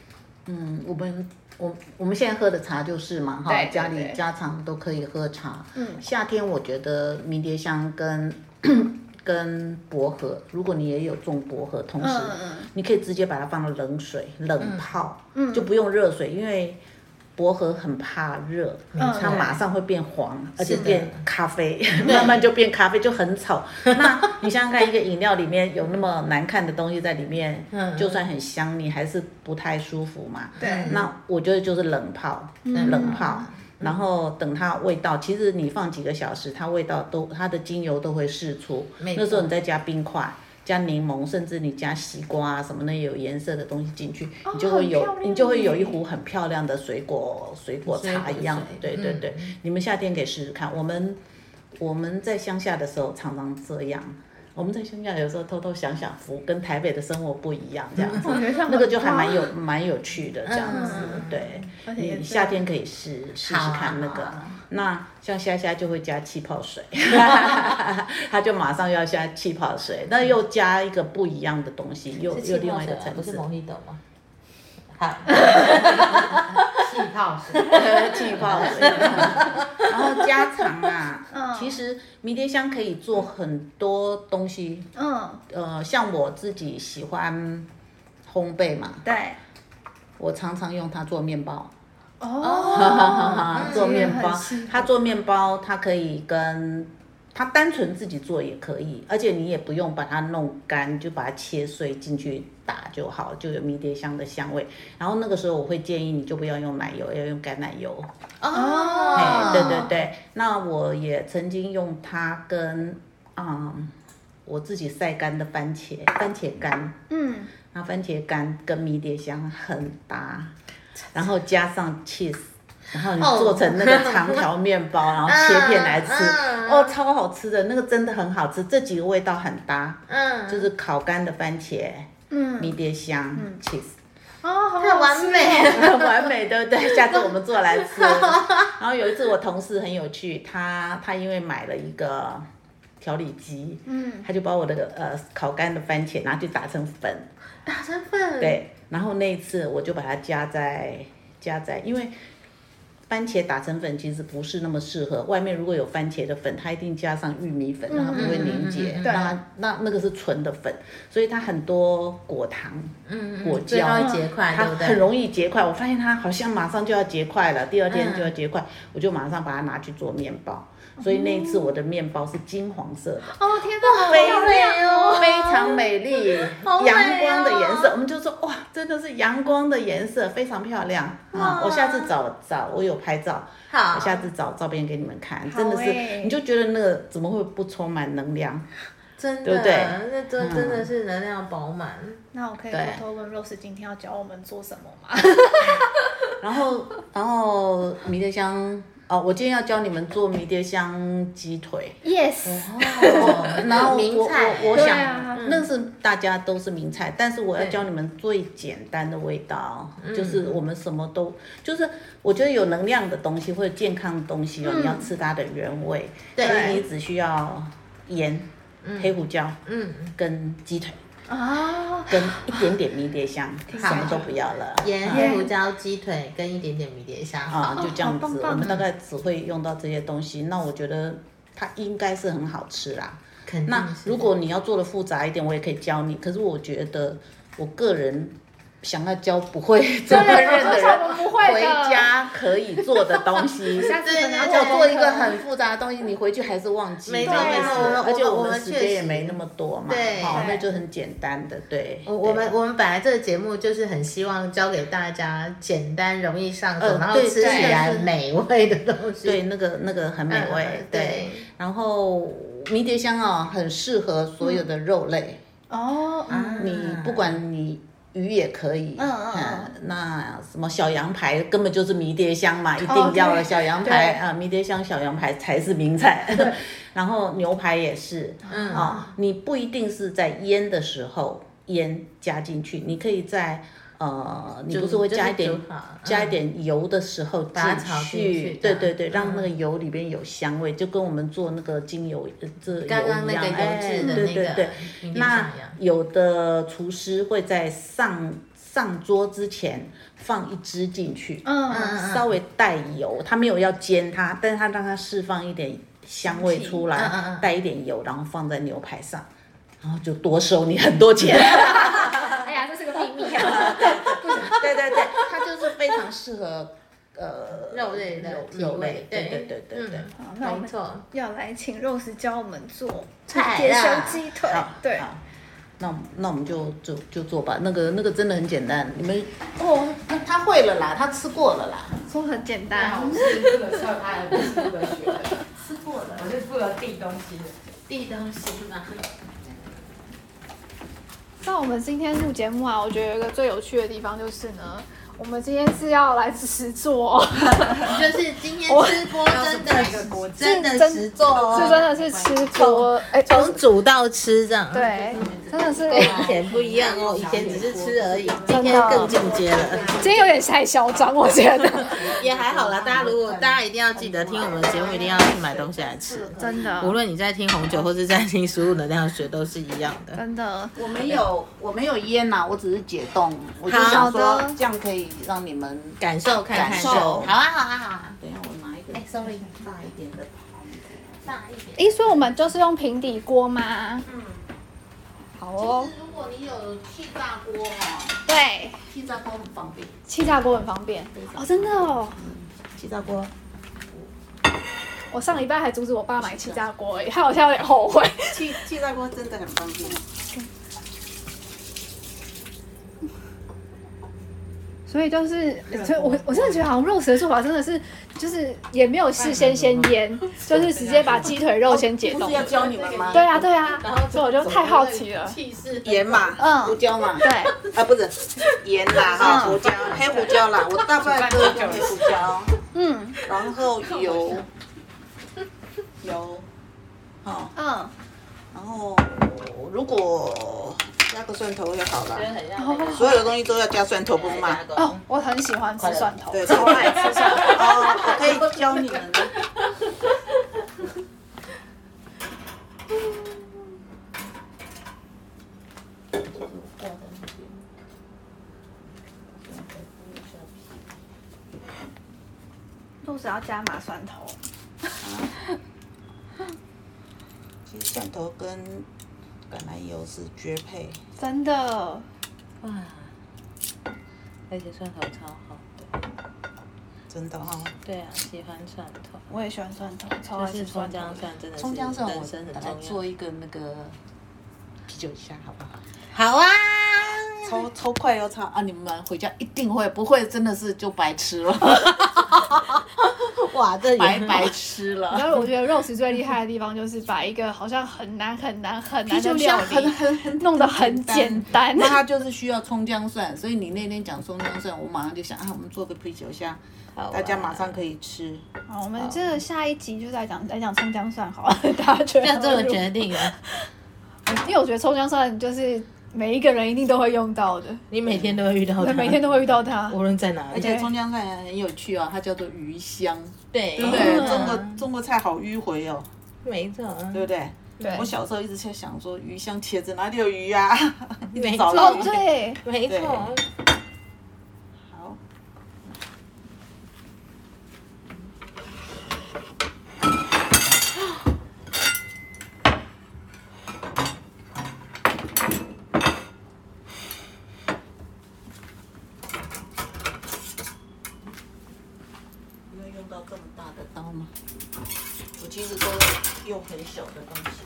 C: 我们现在喝的茶就是嘛，哈，家里家常都可以喝茶。夏天我觉得迷迭香跟薄荷，如果你也有种薄荷，同时你可以直接把它放到冷水冷泡，就不用热水，因为薄荷很怕热，它马上会变黄，而且变咖啡，慢慢就变咖啡，就很丑。那你想想看，一个饮料里面有那么难看的东西在里面，就算很香，你还是不太舒服嘛。
A: 对。
C: 那我觉得就是冷泡，然后等它味道，其实你放几个小时，它味道它的精油都会释出。那时候你再加冰块。加柠檬，甚至你加西瓜啊什么那有颜色的东西进去，你就会有一壶很漂亮的水果茶一样。对，你们夏天可以试试看。我们在乡下的时候常常这样， 我们在乡下有时候偷偷享福，跟台北的生活不一样，这样子，那个就还蛮有趣的这样子，对。你夏天可以试试看那个。那像虾虾就会加气泡水，他就马上要下气泡水，那又加一个不一样的东西，又另外一个层次。
B: 不是蒙利豆吗？好。
D: 气泡水，
C: 气泡水，然后加糖啊。其实迷迭香可以做很多东西。像我自己喜欢烘焙嘛，
A: 对，
C: 我常常用它做面包。
A: 哦，
C: 做面包，它做面包，它可以跟它单纯自己做也可以，而且你也不用把它弄干，就把它切碎进去打就好，就有迷迭香的香味。然后那个时候我会建议你就不要用奶油，要用橄榄油。对对对，那我也曾经用它跟我自己晒干的番茄干，那番茄干跟迷迭香很搭。然后加上 cheese， 然后你做成那个长条面包，然后切片来吃，超好吃的，那个真的很好吃，这几个味道很搭，就是烤干的番茄，迷迭香，cheese，
B: 太完美，
C: 很完美，对不对？下次我们做来吃。然后有一次我同事很有趣，他因为买了一个调理机，他就把我的烤干的番茄拿去打成粉，对。然后那一次我就把它加在，因为番茄打成粉其实不是那么适合，外面如果有番茄的粉，它一定加上玉米粉，让它不会凝结。那个是纯的粉，所以它很多果糖、果胶，
B: 它会结块，对不对？
C: 很容易结块。我发现它好像马上就要结块了，第二天就要结块，我就马上把它拿去做面包。所以那一次我的面包是金黄色的，
A: 天哪，好美哦，
C: 非常美丽，阳光的颜色，我们就说哇，真的是阳光的颜色，非常漂亮啊！我下次找，我有拍照，我下次找照片给你们看，真的是，你就觉得那个怎么会不充满能量？
B: 真的，
C: 对不对？
B: 那真的是能量饱满。
A: 那我可以偷偷问 Rose 今天要教我们做什么吗？
C: 然后迷迭香。我今天要教你们做迷迭香鸡腿。
A: Yes。
C: 然后
B: 名菜，
C: 我想，那是大家都是名菜，但是我要教你们最简单的味道，就是我们什么都，就是我觉得有能量的东西或者健康的东西你要吃它的原味，所以你只需要盐、黑胡椒，跟鸡腿。跟一点点迷迭香，什么都不要了。
B: 盐、黑胡椒、鸡腿跟一点点迷迭香
C: 就这样子。我们大概只会用到这些东西，那我觉得它应该是很好吃啦。那如果你要做的复杂一点，我也可以教你。可是我觉得我个人想要教不会这么认的人，回家可以做的东西。我做一个很复杂的东西，你回去还是忘记。
B: 没错，
C: 而且我们时间也没那么多嘛，那就很简单的。对，
B: 我们本来这个节目就是很希望教给大家简单容易上手，然后吃起来美味的东西。
C: 对，那个很美味。对，然后迷迭香很适合所有的肉类。你不管你。鱼也可以，那什么小羊排根本就是迷迭香嘛，一定要的小羊排迷迭香小羊排才是名菜。然后牛排也是，你不一定是在腌的时候腌加进去，你可以在你不是会加一点油的时候进去，对，让那个油里边有香味，就跟我们做那个精油这油一样，
B: 刚刚那个油脂的那个，
C: 对。那有的厨师会在上桌之前放一支进去，稍微带油，他没有要煎它，但是他让它释放一点香味出来，带一点油，然后放在牛排上，然后就多收你很多钱。
A: 哎呀，这是个秘密啊！
C: 对，它就是非常适合
B: 肉类的
C: 肉类，对。
A: 好，那我们要来请 Rose 教我们做迷迭香鸡腿。对，
C: 那我们就做吧。那个真的很简单，你们他会了啦，他吃过了啦，
A: 说很简单。
D: 我是这个菜，他也不是负责学的，
B: 吃过了，
D: 我是负责递东西的。
B: 递东西嘛。
A: 那我们今天录节目啊，我觉得有一个最有趣的地方就是呢， 我们今天是要来实做哦，
B: 就是今天吃播真的实做哦，
A: 是真的是吃播，
B: 从煮到吃这样。
A: 对，真的是
B: 跟以前不一样哦，以前只是吃而已，今天更进阶了。
A: 今天有点太嚣张，我觉得。
B: 也还好啦，大家一定要记得听我们的节目，一定要去买东西来吃。
A: 真的，
B: 无论你在听红酒或是在听食物能量学，都是一样的。
A: 真的，
C: 我没有腌呐，我只是解冻，我就想说这样可以让你们
B: 感受看看。
C: 好
B: 啊好啊好啊。
C: 等一下我拿一个
B: ，sorry，
C: 大一点的盘子，
B: 大一点。
A: 所以我们就是用平底锅吗？好哦。
C: 如果你有气炸锅
A: 对，
C: 气炸锅很方便。
A: 气炸锅很方便哦，真的哦。
C: 气炸锅。
A: 我上礼拜还阻止我爸买气炸锅而已，他好像有点后悔。
C: 气炸锅真的很方便。
A: 所以就是，我真的觉得好像肉食的做法真的是，就是也没有事先腌，就是直接把鸡腿肉先解冻。
C: 不是要教你们吗？
A: 对啊，所以我就太好奇了。
C: 盐嘛，胡椒嘛，
A: 对，
C: 啊不是盐啦哈，胡椒，黑胡椒啦，我大部分都用黑胡椒。然后油，然后如果加个蒜头就好了。所有的东西都要加蒜头，不是吗？
A: 哦，我很喜欢吃蒜头，
C: 对，
A: 超爱吃蒜头。
C: 我可以教你们。
A: 肉食要加麻蒜头。
C: 其实蒜头跟橄榄油是绝配。
A: 真的。
B: 哇，而且蒜头超好的。
C: 真的哈。
B: 对啊，喜欢蒜头。
A: 我也喜欢蒜头，超爱吃蒜头。
B: 葱姜蒜真的是
C: 葱姜蒜，
B: 人生很重要。
C: 来做一个那个啤酒虾，好不好？
B: 好啊。
C: 超快又超啊！你们回家一定会，不会真的是就白吃了。
B: 哇，这
C: 白吃了。
A: 然后我觉得肉食最厉害的地方就是把一个好像很难的料理弄得很简单。
C: 那它就是需要葱姜蒜，所以你那天讲葱姜蒜，我马上就想我们做个啤酒虾，大家马上可以吃。
A: 好，我们这个下一集就来讲葱姜蒜好了，大家觉得？
B: 要这么决定啊？
A: 因为我觉得葱姜蒜就是每一个人一定都会用到的，
B: 你每天都会遇到它，
A: 每天都会遇到它，
B: 无论在哪里。
C: 而且葱姜蒜很有趣哦，它叫做鱼香，
B: 对
C: 不对？中国菜好迂回哦，
B: 没错，
C: 对不对？
A: 对。
C: 我小时候一直在想说，鱼香茄子哪里有鱼啊？
B: 没错，
A: 对，
B: 没错。
C: 好。用到这么大的刀吗？我其实都用很小的东西。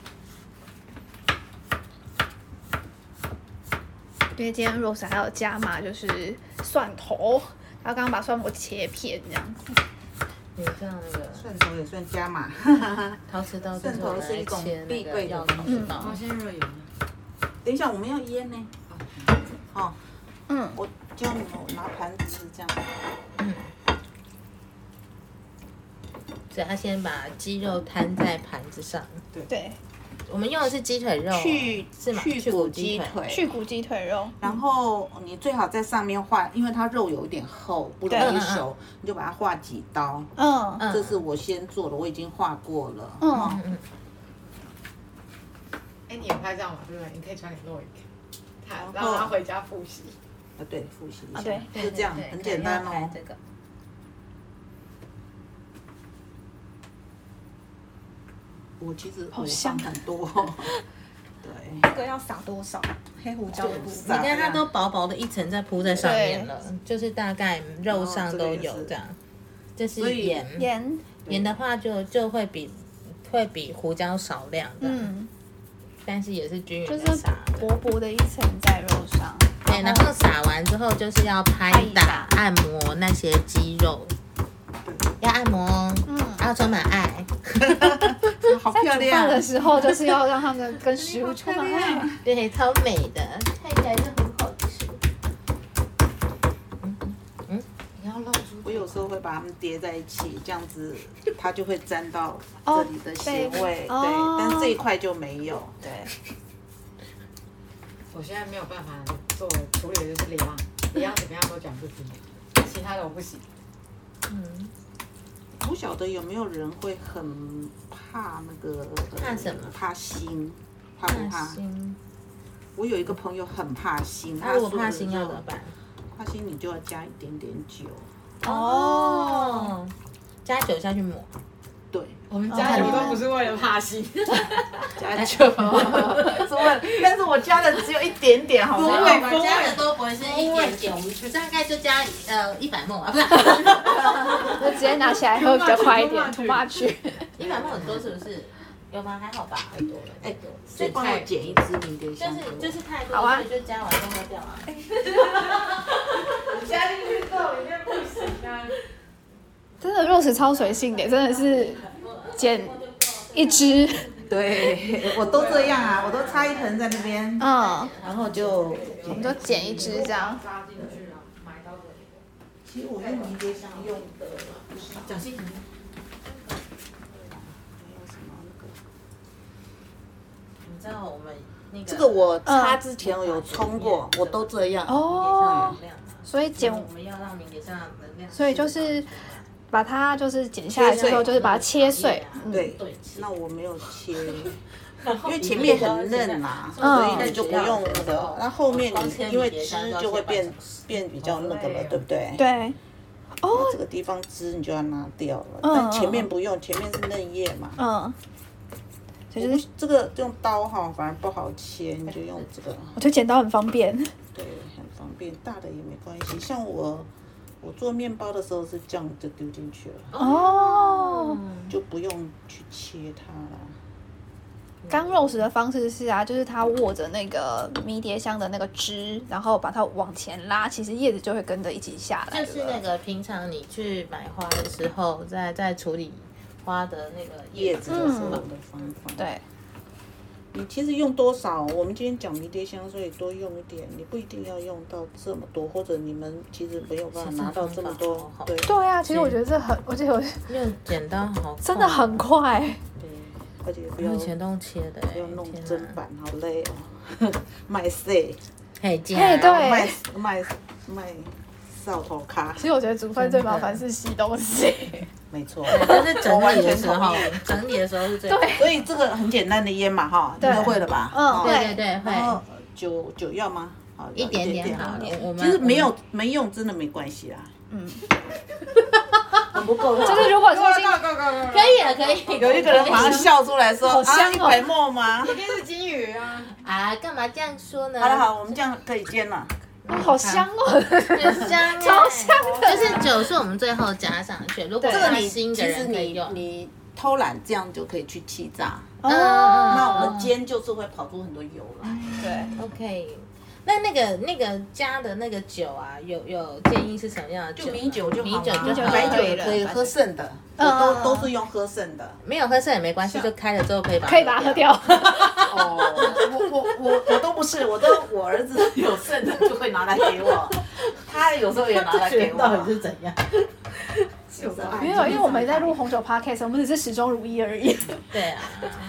A: 因为今天肉食还有加码，就是蒜头，他刚刚把蒜头切片这样子。
B: 你这样那个
C: 蒜头也算加码。
B: 陶瓷刀
C: 蒜头是一种必备的东西。
D: 我先热油。
C: 等一下，我们要腌呢。好。我教你们，我拿盘子是这样。
B: 所以他先把鸡肉摊在盘子上。
A: 对。
B: 我们用的是鸡腿肉，去骨鸡腿，
A: 去骨鸡腿肉。
C: 然后你最好在上面划，因为它肉有点厚，不容易熟，你就把它划几刀。这是我先做的，我已经划过了。
D: 你也拍照嘛，对不对？你可以传给洛伊看，让他回家复习。
C: 对，复习一下。
A: 对，
C: 就这样，很简单哦。
B: 这个。
C: 我其实放很多，对。
A: 这个要撒多少？黑胡椒的部分。
B: 你看它都薄薄的一层在铺在上面了，就是大概肉上都有这样。这是盐，盐的话就会比胡椒少量的，但是也是均匀的撒，
A: 薄薄的一层在肉上。
B: 对，然后撒完之后就是要拍打按摩那些肌肉，要按摩哦，要充满爱。
C: 好漂亮！
A: 煮饭的时候就是要让他们跟食物充满爱，
B: 对，超美的，看起来就很好吃。
C: 会把它们叠在一起，这样子它就会沾到这里的咸味。对，但是这一块就没有。对。
D: 我现在没有办法做处理的就是里昂怎么样都讲不听，其他的我不行。
C: 不晓得有没有人会很怕那个
B: 怕什么？
C: 怕腥，怕不怕？我有一个朋友很怕腥，
B: 他如果怕腥要怎么办？
C: 怕腥你就要加一点点酒。
B: 加酒下去抹。
C: 对，
D: 我们加油都不是为了怕腥，
C: 加酒是为了，但是我加的只有一点点，好吗？
B: 我们加的都不会是一点点，我们大概就加100ml啊，不是，
A: 就直接拿起来喝比较快一点，吐下去。
B: 100ml很多是不是？有吗？还好吧，太多了。
C: 所以帮我剪一支迷迭香。
B: 就是太多，所以就加完就喝掉啊。
D: 加进去到里面不行啊。
A: 真的肉食超随性的，真的是剪一支。
C: 对，我都这样啊，我都插一盆在那边，然后就
A: 我们就剪一支这样。
C: 其实我用迷迭香用的，
B: 小心。你知道我们那个
C: 这个我擦之前我有冲过，我都这样。
A: 所以剪
B: 我们要让迷迭香能量。
A: 所以就是把它就是剪下来之后，就是把它切碎。
C: 对，那我没有切，因为前面很嫩嘛，所以你就不用那个。那后面你因为汁就会变比较那个了，对不对？
A: 对。
C: 这个地方汁你就要拿掉了，但前面不用，前面是嫩叶嘛。就是这个用刀反而不好切，你就用这个。
A: 我觉得剪刀很方便。
C: 对，很方便，大的也没关系。像我做面包的时候是这样就丢进去了。就不用去切它了。
A: 刚肉食的方式是就是它握着那个迷迭香的那个枝，然后把它往前拉，其实叶子就会跟着一起下来。
B: 就是那个平常你去买花的时候，在处理花的那个
C: 叶子的时候的方法。
A: 对。
C: 你其实用多少？我们今天讲迷迭香，所以多用一点，你不一定要用到这么多，或者你们其实没有办法拿到这么多。对
A: 其实我觉得我觉得
B: 用剪刀好，
A: 真的很快。
C: 对，而且不要
B: 以前都用切的，
C: 不要弄砧板，好累哦。卖碎，
A: 对，
C: 卖扫头卡。
A: 其实我觉得煮饭最麻烦是洗东西。
C: 没错，
B: 但是整理的时候是最
A: 对，
C: 所以这个很简单的腌嘛哈，你都会了吧？
B: 对会。
C: 然后酒要吗？好，
B: 一点点好。
C: 其实没用真的没关系啦。很不够。
A: 就是如果是
B: 可以了，可以。
C: 有一个人马上笑出来说：“啊，100ml吗？
D: 一定是金鱼啊！
B: 啊，干嘛这样说呢？”
C: 好，我们这样可以煎了。
A: 好香哦，
B: 很香，
A: 超香的。
B: 就是酒是我们最后加上去，如果是新的人可以用。
C: 你偷懒这样就可以去气炸。
A: 那
C: 我们煎就是会跑出很多油来。
A: 对
B: ，OK。那个加的那个酒啊，有建议是什么样的酒？
C: 就米酒就好了，
B: 米酒
C: 白酒也可以喝剩的，都是用喝剩的。
B: 没有喝剩也没关系，就开了之后可以把
A: 它喝掉。
C: 我都不是，我儿子有剩的就会拿来给我，他有时候也拿来给我。
B: 到底是怎样？
A: 没有，因为我们在录红酒 podcast， 我们只是始终如一而已。
B: 对啊。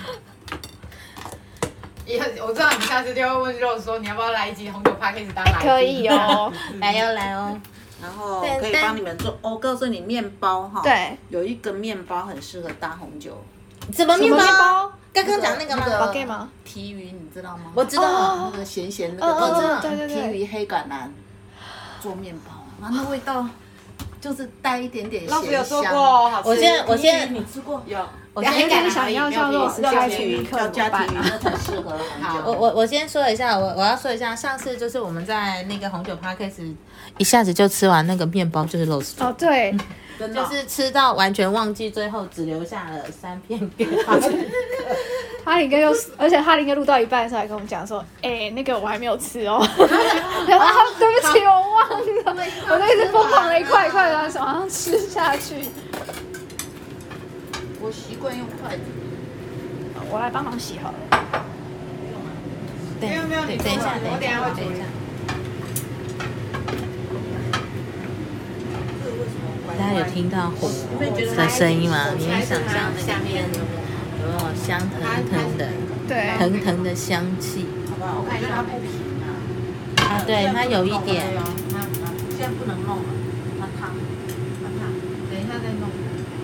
D: 我知道你下次就会问肉说你要不要来一集红酒 podcast 当来宾？
A: 可以哦，
B: 来哦。
C: 然后可以帮你们做。我告诉你，面包哈，
A: 对，
C: 有一个面包很适合搭红酒。
B: 什么面包？刚刚讲那个吗？
A: 宝盖吗？
C: 提鱼你知道吗？
B: 我知道，
C: 那个咸咸那个，
A: 我知道，对。
C: 提鱼黑橄榄做面包，然后那味道就是带一点点咸香。
D: 老师有做过，好吃。
B: 我先
C: 你吃过？有。
A: 我现在想要叫肉食加提鱼，
C: 要加提鱼那才适合红酒。
B: 我先说一下，我要说一下，上次就是我们在那个红酒 podcast 一下子就吃完那个面包，就是肉丝。
A: 哦，对，
B: 就是吃到完全忘记，最后只留下了3片给他。
A: 而且哈林哥录到一半的时候还跟我们讲说，那个我还没有吃哦。然后对不起，我忘了，我就一直疯狂的一块一块的马上吃下去。
C: 我习惯用筷子，
A: 我来帮忙洗好了。
D: 没有，你
B: 等一下，
D: 我等一下会处理。
C: 这个为什么关
B: 大家有听到火的声音吗？你能想象那边有没有香腾腾的、
A: 对，
B: 腾腾的香气？
C: 好吧，我看一下它不平啊。
B: 啊，对，它有一点。
C: 现在不能弄了，它烫，
D: 等一下再弄。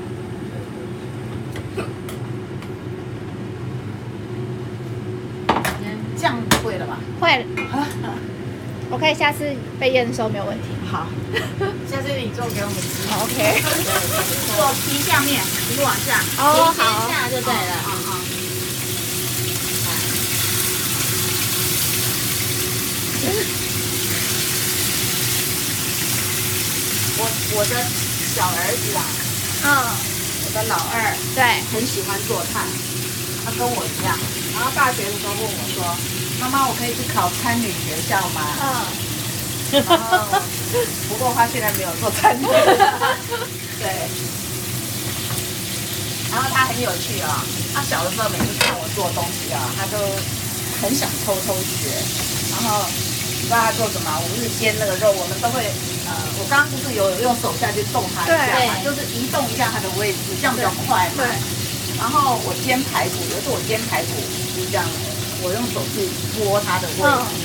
C: 酱会了吧？
A: 会。我可以下次被验收没有问题。
C: 好，
D: 下次你做给我们吃。
A: 好 OK。
C: 做皮下面一路往下。
A: 哦，
B: 先
A: 好。
B: 下就对了。
C: 我的小儿子啊，我的老二，
A: 对，
C: 很喜欢做菜，他跟我一样。然后大学的时候问我说：“妈妈，我可以去考餐旅学校吗？”然后，不过他现在没有做餐旅。对。然后他很有趣啊，他小的时候每次看我做东西啊，他都很想偷学。然后不知道他做什么，我们是煎那个肉，我们都会我刚刚不是有用手下去动它一下嘛，就是移动一下它的位置，这样比较快嘛。对。然后我煎排骨，有一次我煎排骨就是这样，我用手去拨它的位置。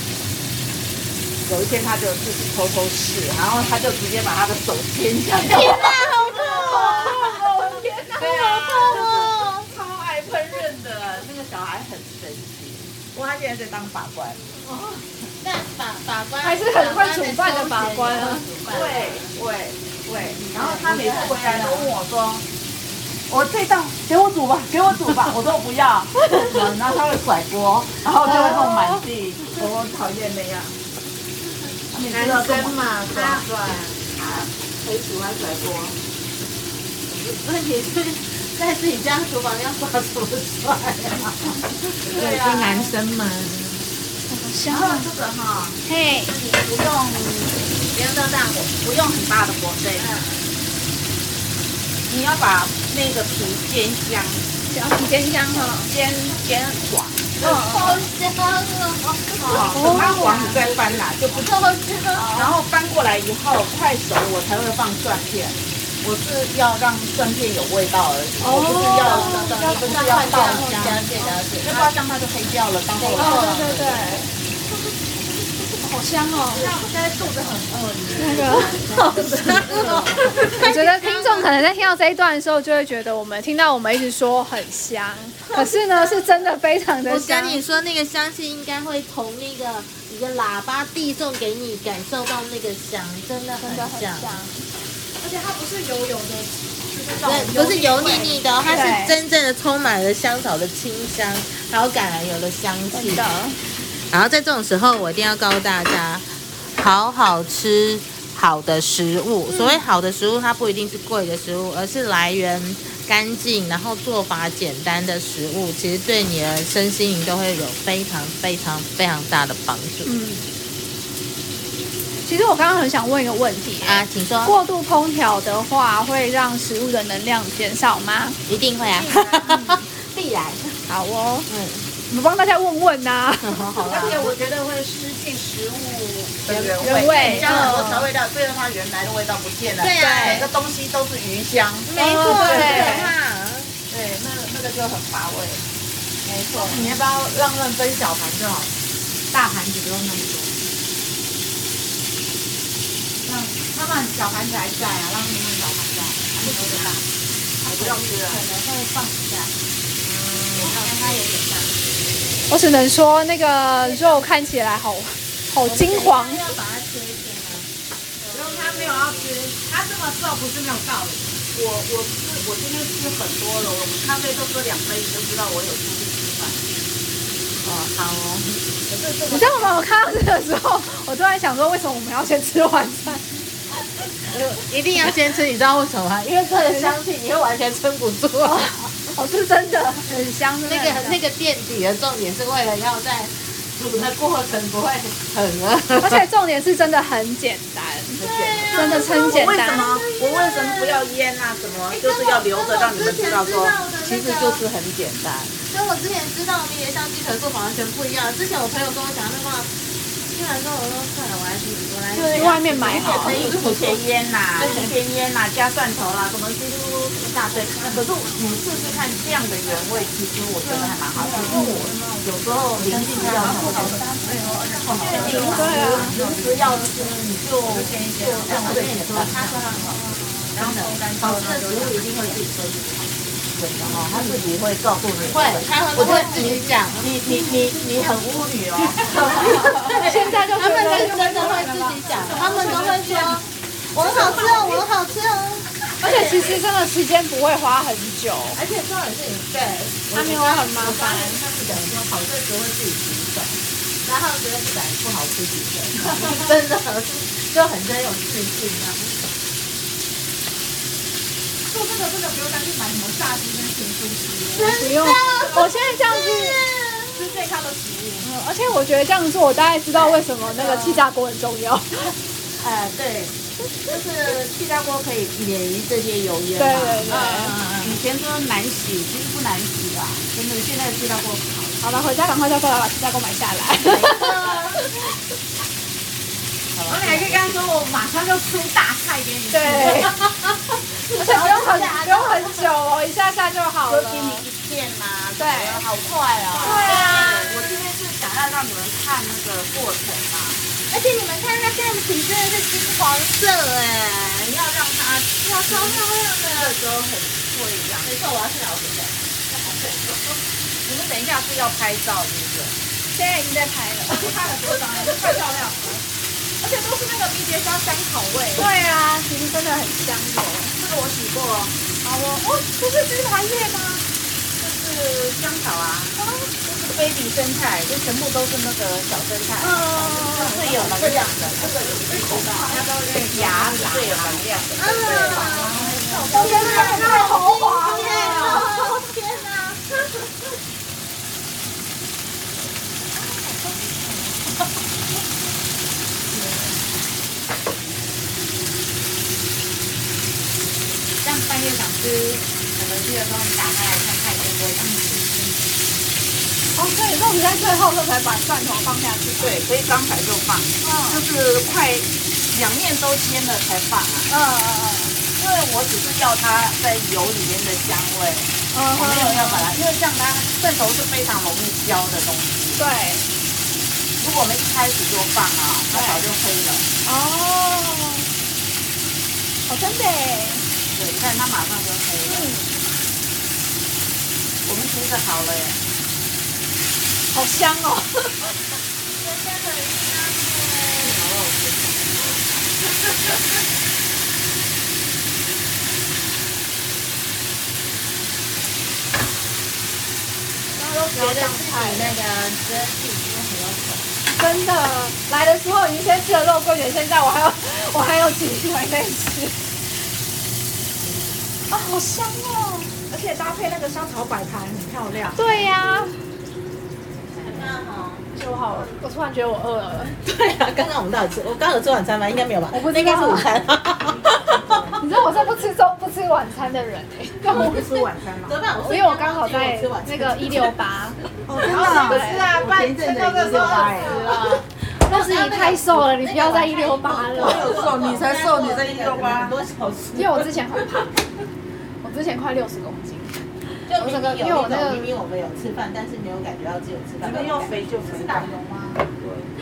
C: 有一天他就自己偷试，然后他就直接把他的手煎下去。
A: 天哪，好痛哦！天哪，好痛哦！
C: 超爱烹饪的那个小孩很神奇，不过他现在在当法官。
B: 那法官
A: 还是很会煮饭的法官啊。
C: 会。然后他每次回来都问我说：“我这道给我煮吧，给我煮吧。”我说不要，然后他会甩锅，然后就会弄满地。我讨厌那样。
D: 男生嘛，耍帅，
C: 很喜欢甩锅。
B: 问题是在自己家厨房要耍什么帅啊？
D: 对啊，是男生嘛。
C: 然后这个哈，
A: 嘿，
C: 你不用到大火，不用很大的火，对。你要把那个皮煎香，
A: 煎香哈，
C: 煎黄。
B: 好香啊！
C: 等它黄你再翻啦，就不
B: 好香。
C: 然后翻过来以后快熟，我才会放蒜片。我是要让蒜片有味道而已，我不是要爆香，因为爆香它就黑掉了，当后
A: 对，好香哦！
C: 现在肚子很饿，
A: 那个好香哦！我觉得听众可能在听到这一段的时候，就会觉得我们听到我们一直说很香，可是呢，是真的非常的香。
B: 我跟你说，那个香气应该会从那个一个喇叭递送给你，感受到那个香，真的很香。
A: 而且它不是油油的，
B: 对，不是油腻腻的，它是真正的充满了香草的清香，还有橄榄油的香气。然后在这种时候，我一定要告诉大家，好吃好的食物。所谓好的食物，它不一定是贵的食物，而是来源干净，然后做法简单的食物，其实对你的身心灵都会有非常大的帮助。
A: 其实我刚刚很想问一个问题
B: 啊，请说。
A: 过度烹调的话，会让食物的能量减少吗？
B: 一定会啊，必然。
A: 好哦，我们帮大家问问呐。
C: 而且我觉得会失去食物的
A: 原味，
C: 加很多调味料，所以它原来的味道不见了。
B: 对啊，
C: 每个东西都是鱼香。
B: 没错，
C: 对，那个就很乏味。没错。
D: 你要不要让他们分小盘就好，大盘子不用那么多。他们小盘子还在啊，让他们小盘在，还没有大，
C: 不用吃了，
B: 可能会放一下，让它有点大。
A: 我只能说那个肉看起来好金黄。
B: 要把它切一切吗？
D: 然后他没有要吃，他这么瘦不是没有道理。
C: 我今天吃很多了，我咖啡都喝2杯，你就知道我有出去吃饭。
B: 好哦。
A: 你知道吗？我看到这个时候，我突然想说，为什么我们要先吃晚餐？
B: 一定要先吃，你知道为什么吗？因为这个香气你会完全撑不住。
A: 是真的很香。
B: 那个垫底的重点是为了要在煮的过程不会很饿，
A: 而且重点是真的很简单，真的很简单。
C: 我为什么不要腌啊？什么就是要留着让你们知道说，其实就是很简单。
B: 跟我之前知道迷迭香鸡腿做法完全不一样。之前我朋友跟我讲那话， 听完之后我说算了，我来
A: 去外面买好。
C: 可以提前腌呐，加蒜头啦，什么几乎一大堆。可是你试试看这样的原味，其实我觉得还蛮好吃。因为我有时候临时要什么，临时要吃你就像我跟你说，他说他很好吃，真的，好吃的食物一定会自己说自己好吃。对的哈，他自己会告诉你。
B: 会，他会自己讲。
C: 你很巫女哦。
A: 现在就
B: 他们真的会自己讲，他们都会说我很好吃哦，我很好吃哦。
A: 而且其实真的时间不会花很久，
B: 而且重点是你对，
A: 它没有很麻烦。
B: 他是讲说好吃的时候会自己洗手，然后觉得不好吃几个，真的就很有自信啊。
E: 做这个真的不用再去买什么炸鸡跟咸酥鸡，
A: 不用。我现在这样子
E: 吃健康的食物。
A: 而且我觉得这样做，我大概知道为什么那个气炸锅很重要。
C: 对，就是气炸锅可以免于这些油烟嘛。
A: 对。
C: 以前说难洗，其实不难洗啦，真的，现在的气炸锅好。
A: 好了，回家赶快叫爸爸把气炸锅买下来。
E: 然后你还可以跟他说，我马上就出大菜给你吃。
A: 对。而且不用很久哦，一下下就好了。
C: 就给你一片嘛，
A: 对，
C: 好快哦。
A: 对啊，
C: 我今天是想要让你们看那个过程嘛。
B: 而且你们看它现在的皮真的是金黄色哎，
C: 你要让它
B: 哇，超漂亮的，
C: 这时候很脆这样。
B: 没错，我要去拿我的手。
C: 你们等一下是要拍照是不是？
A: 现在已经在拍了。
E: 去拍了多张，太漂亮了。而且都是那个迷迭香香草味。
A: 对啊，其实真的很香的。
C: 这个我洗过。
A: 好哦，这是鸡排叶吗？
C: 这是香草啊，这是 baby 生菜，就全部都是那个小生菜。会有能量的，这个有一口吧，它都是芽子最有能量的。
A: 我觉得太豪华了。
B: 天哪！
C: 像半夜想吃肯德基的时候，你打开来看看，就不会想吃。
A: 对，那我们在最后才把蒜头放下去。
C: 对，所以刚才就放，就是快两面都煎了才放啊。因为我只是要它在油里面的香味，我没有要把它，因为像它蒜头是非常容易焦的东西。
A: 对。
C: 如果我们一开始就放啊，它早就黑了。
A: 真的耶。
C: 对，你看它马上就黑了。我们其实好了耶。
A: 好香哦！
B: 觉得自己那个觉得自己很有口。
A: 真的，来的时候已经先吃了肉桂卷，现在我还有几块在吃。好香哦！
E: 而且搭配那个香草摆盘很漂亮。
A: 对呀。
B: 就好了。
A: 我突然觉得我饿了。
B: 对啊，刚刚我们到底吃？我刚有吃晚餐吗？应该没有吧？
A: 我不知道，
B: 应该是午餐。
A: 你知道我是不吃晚餐的人哎。
E: 我不吃晚餐吗？
A: 因为我刚好在那个168。
E: 然后不吃啊，前一阵子168哎。
A: 但是你太瘦了，你不要在168了。
C: 我有瘦，你才瘦，你在168。
B: 多小时？
A: 因为我之前很胖，我之前快60公斤。
B: 就明明有那个，明明我们有吃饭，但是没有感觉到自己有吃饭。
C: 你们要肥就肥。
E: 是奶油吗？
B: 对。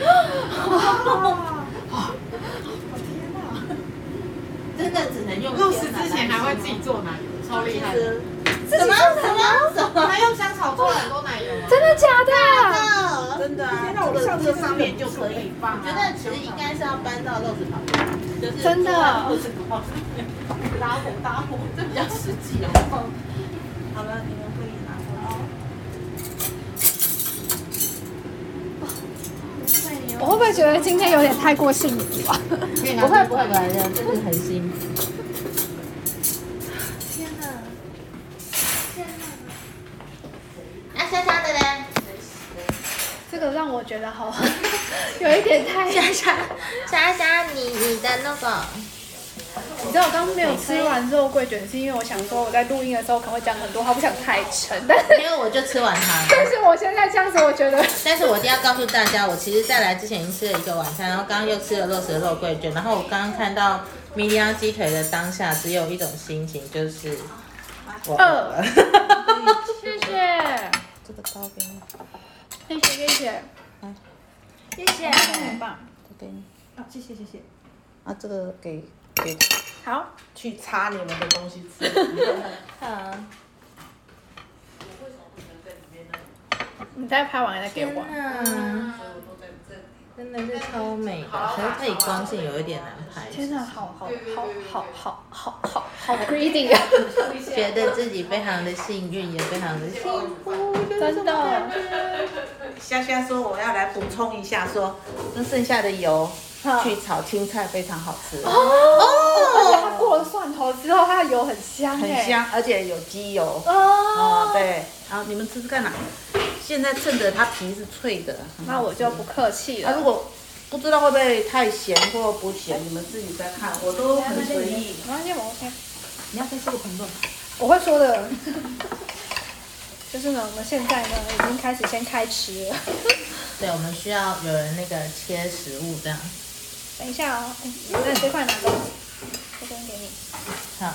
B: 天哪！真的只能用。
E: 肉食之前还会自己做奶油，超厉害的。
B: 什么？
E: 还用香草做了很多奶油。
A: 真的假的？
C: 真的啊，这上面就可以放。
B: 我觉得其实应该是要搬到肉质旁边，就是
A: 真的。
B: 肉质旁边搭伙，这比较实际哦。
C: 好了，你们可以拿过来。
A: 我会不会觉得今天有点太过幸福啊？
B: 不会，就是很幸福。
A: 天哪！
B: 啊，香香的嘞。
A: 这个让我觉得好，有一点太
B: 莎莎，你的那个，
A: 你知道我刚刚没有吃完肉桂卷，是因为我想说我在录音的时候可能会讲很多话，不想太沉。但是
B: 因为我就吃完它了。
A: 但是我现在这样子，我觉得。
B: 但是我一定要告诉大家，我其实在来之前已经吃了一个晚餐，然后刚刚又吃了肉食的肉桂卷，然后我刚刚看到迷你鸡腿的当下，只有一种心情，就是我饿了。
A: 谢谢。
C: 这个刀给你，
A: 谢谢谢谢。
E: 谢谢，
A: 很棒。
C: 这给你。
E: 啊，谢谢谢谢。
C: 啊，这个给他
A: 好。
C: 去擦你们的东西吃。
A: 你再拍完再给我。
B: 真的是超美的，可是它以光线有一点难拍。
A: 天哪，好 greedy 啊！
B: 觉得自己非常的幸运，也非常的幸福，
A: 真的。
C: 虾虾说我要来补充一下，说那剩下的油去炒青菜非常好吃。
A: 而且它过了蒜头之后，它的油很香
C: 很香，而且有鸡油。对，好，你们吃吃看啦。现在趁着它皮是脆的，
A: 那我就不客气了。
C: 如果不知道会不会太咸或不咸，你们自己再看，我都很随意。
A: 没关系，我 OK。
E: 你要先说个评论。
A: 我会说的。就是呢，我们现在呢已经开始先开吃了。
B: 对，我们需要有人那个切食物这样。
A: 等一下哦，那你这块拿走，这边给你。
B: 好。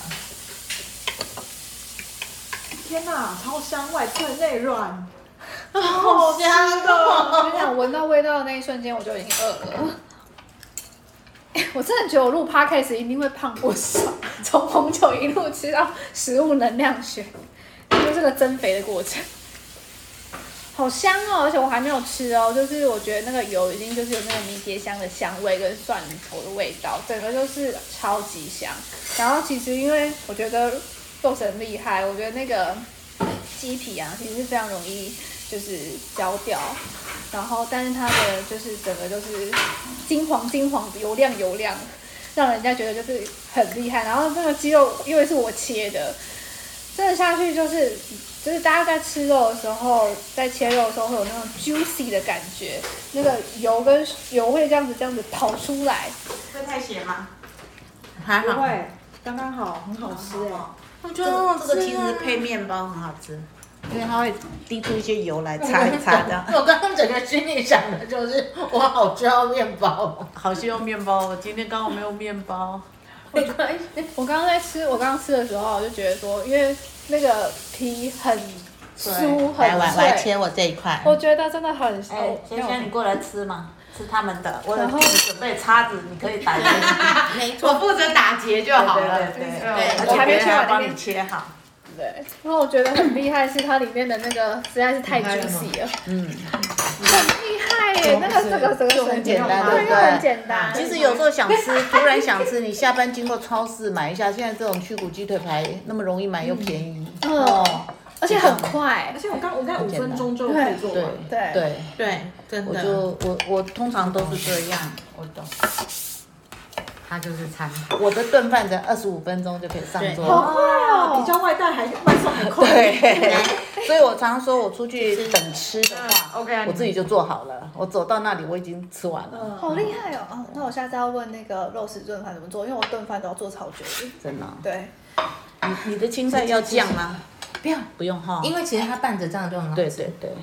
E: 天哪，超香，外脆内软。
B: 好香哦！
A: 我跟你讲，闻到味道的那一瞬间，我就已经饿了。我真的觉得我录 podcast 一定会胖不少，从红酒一路吃到食物能量学，就是个增肥的过程。好香哦，而且我还没有吃哦，就是我觉得那个油已经就是有那个迷迭香的香味跟蒜头的味道，整个就是超级香。然后其实因为我觉得肉神厉害，我觉得那个鸡皮啊，其实是非常容易就是焦掉，然后但是它的就是整个就是金黄油亮，让人家觉得就是很厉害。然后这个鸡肉因为是我切的，真的下去就是大家在吃肉的时候，在切肉的时候会有那种 juicy 的感觉，那个油会这样子跑出来。
C: 会太咸吗？
B: 还好，
E: 不会，刚刚好，很好吃哎。
B: 我觉得很好吃啊。
C: 这个其实配面包很好吃，因为它会滴出一些油来擦一擦的。
B: 我刚刚整个心里想的就是，我好需要面包。
C: 好需要面包，我今天刚好没有面包。
B: 没关系。
A: 我刚刚吃的时候，我就觉得说，因为那个皮很酥很
B: 来，我来
A: 脆，
B: 切我这一块。
A: 我觉得真的很
C: 哎，萱萱，你过来吃嘛，吃他们的。我有替你准备叉子，你可以打结。
B: 没错，
D: 我负责打结就好了。
C: 对，
A: 我还没切完
C: 帮你切好。
A: 对，然后我觉得很厉害，是它里面的那个实在是太 juicy 了，很厉害耶！那个整个
C: 很简单，
A: 对，
C: 对不
A: 又很
C: 对？
A: 简单。
C: 其实有时候想吃，突然想吃，你下班经过超市买一下，现在这种去骨鸡腿排那么容易买又便宜。
A: 而且很快
E: 而。且我刚5分钟就可以做完。
C: 对，
B: 真的。
C: 我通常都是这样。
D: 我懂。它就是餐盘。
C: 我的炖饭才25分钟就可以上桌。
E: 好快哦，比较外带还外送很快。
C: 对，所以我常说我出去等吃的话
D: OK 啊，
C: 我自己就做好了，我走到那里我已经吃完了。
A: 好厉害哦！那我下次要问那个肉食炖饭怎么做，因为我炖饭都要做超久的。
C: 真的。
A: 对。
C: 你的青菜要酱吗？不用哈。
B: 因为其实它拌着这样就很好吃。
C: 对。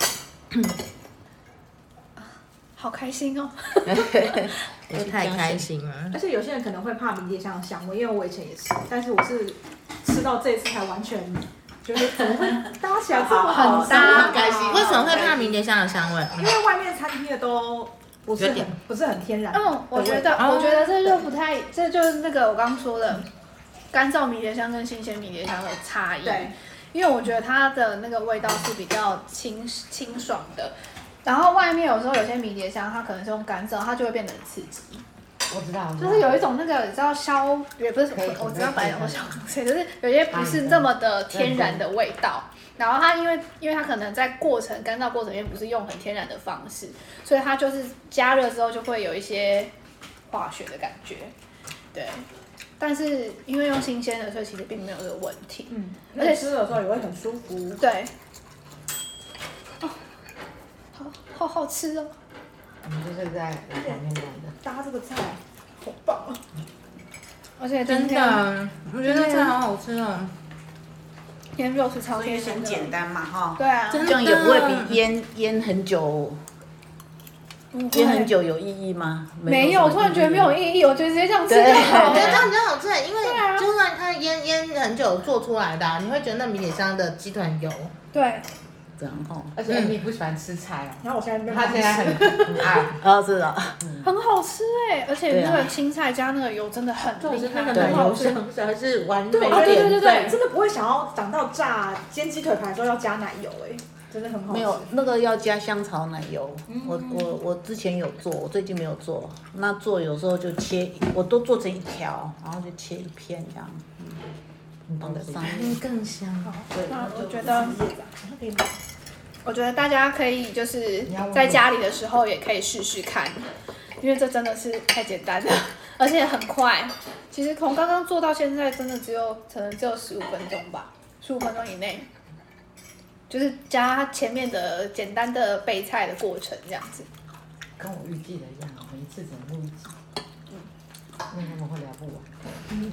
A: 好开心哦！
B: 就太开心了。
E: 而且有些人可能会怕迷迭香的香味，因为我以前也是，但是我是吃到这一次才完全觉得怎么会搭起来这么好，
A: 很搭
C: 很开心。
B: 为什么会怕迷迭香的香味？
E: 因为外面餐厅的都不是很天然。
A: 我觉得这就不太，这就是那个我刚刚说的干燥迷迭香跟新鲜迷迭香的差异。
E: 对，
A: 因为我觉得它的那个味道是比较清爽的。然后外面有时候有些迷迭香，它可能是用干燥，它就会变得很刺激。
D: 我知道。
A: 就是有一种那个你知道也不是我知道本来我想说，就是有些不是这么的天然的味道。然后它因为它可能在干燥过程里面不是用很天然的方式，所以它就是加热之后就会有一些化学的感觉。对。但是因为用新鲜的，所以其实并没有这个问题。
E: 而且吃的时候也会很舒服。
A: 对。好好吃哦！
D: 我们就是在来台面这样的。
E: 搭这个菜，好棒啊！
A: 而且
B: 真的，我觉得菜好好吃哦。
A: 腌肉是超
C: 所以
A: 贴心的，
C: 很简单嘛哈。
A: 对啊，
B: 真的
C: 这样也不会比腌很久。腌很久有意义吗？
A: 没有，我突然觉得没有意义，我觉得直接这样吃就好了。
B: 我觉得这样比较好吃，因为就算它腌很久做出来的，你会觉得那迷迭香的鸡腿很油。
A: 对，
C: 这样哈。
D: 而且你不喜欢吃菜哦，
E: 然后我现在
D: 他现在很爱。
C: 是的，
A: 很好吃哎，而且那个青菜加那个油真的很厉害，
E: 很好吃，
B: 还是完美
E: 对
B: 点。
E: 对，真的不会想要长到炸煎鸡腿排的时候要加奶油哎。真的很好吃。
C: 没有那个要加香草奶油，我之前有做，我最近没有做。那做有时候就切，我都做成一条，然后就切一片这样，放在上面
B: 更香。
C: 对，
A: 那我觉得大家可以就是在家里的时候也可以试试看，因为这真的是太简单了，而且很快。其实从刚刚做到现在，真的可能只有15分钟吧，15分钟以内。就是加前面的简单的备菜的过程这样子，
D: 跟我预计的一样，每一次只能录一集，因为他们会聊不完。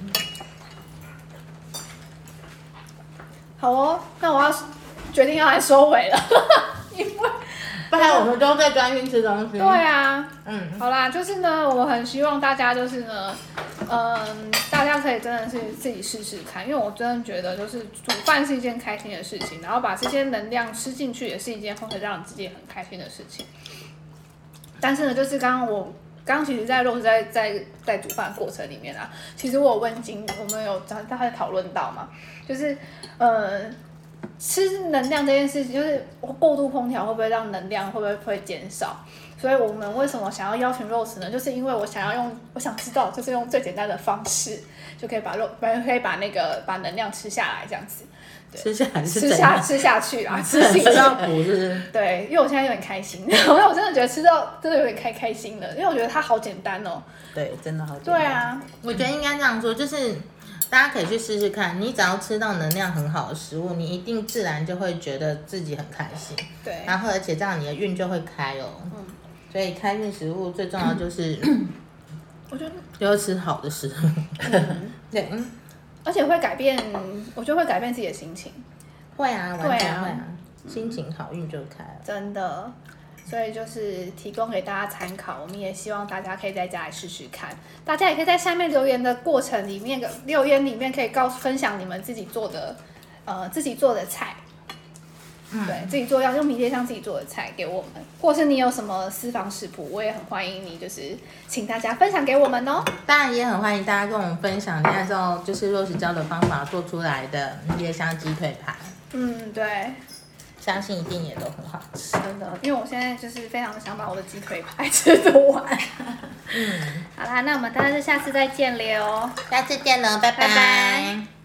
A: 好哦，那我要决定要来收尾了，因为
B: 不然我们都在专心吃东西。
A: 对啊，好啦，就是呢，我很希望大家就是呢，大家可以真的是自己试试看，因为我真的觉得就是煮饭是一件开心的事情，然后把这些能量吃进去也是一件会让自己很开心的事情。但是呢，就是刚刚其实在肉在煮饭的过程里面啊，其实我有问金，我们有大概讨论到嘛，就是吃能量这件事情，就是过度烹调会不会让能量会减少？所以我们为什么想要邀请 Rose 呢？就是因为我想知道，就是用最简单的方式就可以把能量吃下来，这样子。
B: 吃下来是
A: 吃下去啦，
B: 吃到补是不是？
A: 对，因为我现在有点开心，因为我真的觉得吃到真的有点开心了，因为我觉得它好简单哦。
C: 对，真的好简单。
A: 对啊，
B: 我觉得应该这样说，就是大家可以去试试看，你只要吃到能量很好的食物，你一定自然就会觉得自己很开心。
A: 对，
B: 然后而且这样你的运就会开哦。所以开运食物最重要就是，
A: 我觉得
B: 要吃好的食物。对，
A: 而且会改变，我觉得会改变自己的心情。
B: 会啊，完全会啊，心情好运就开了。
A: 真的。所以就是提供给大家参考，我们也希望大家可以在家里试试看。大家也可以在下面留言的过程里面，留言里面可以分享你们自己做的菜，对自己做用迷迭香自己做的菜给我们，或是你有什么私房食谱，我也很欢迎你，就是请大家分享给我们哦。
B: 当然也很欢迎大家跟我们分享，你按照就是 Rose 教的方法做出来的迷迭香鸡腿排。
A: 对。
B: 相信一定也都很好吃，
A: 真的，因为我现在就是非常想把我的鸡腿排吃得完。好啦，那我们大家就下次再见了哦，
B: 下次见了，拜拜。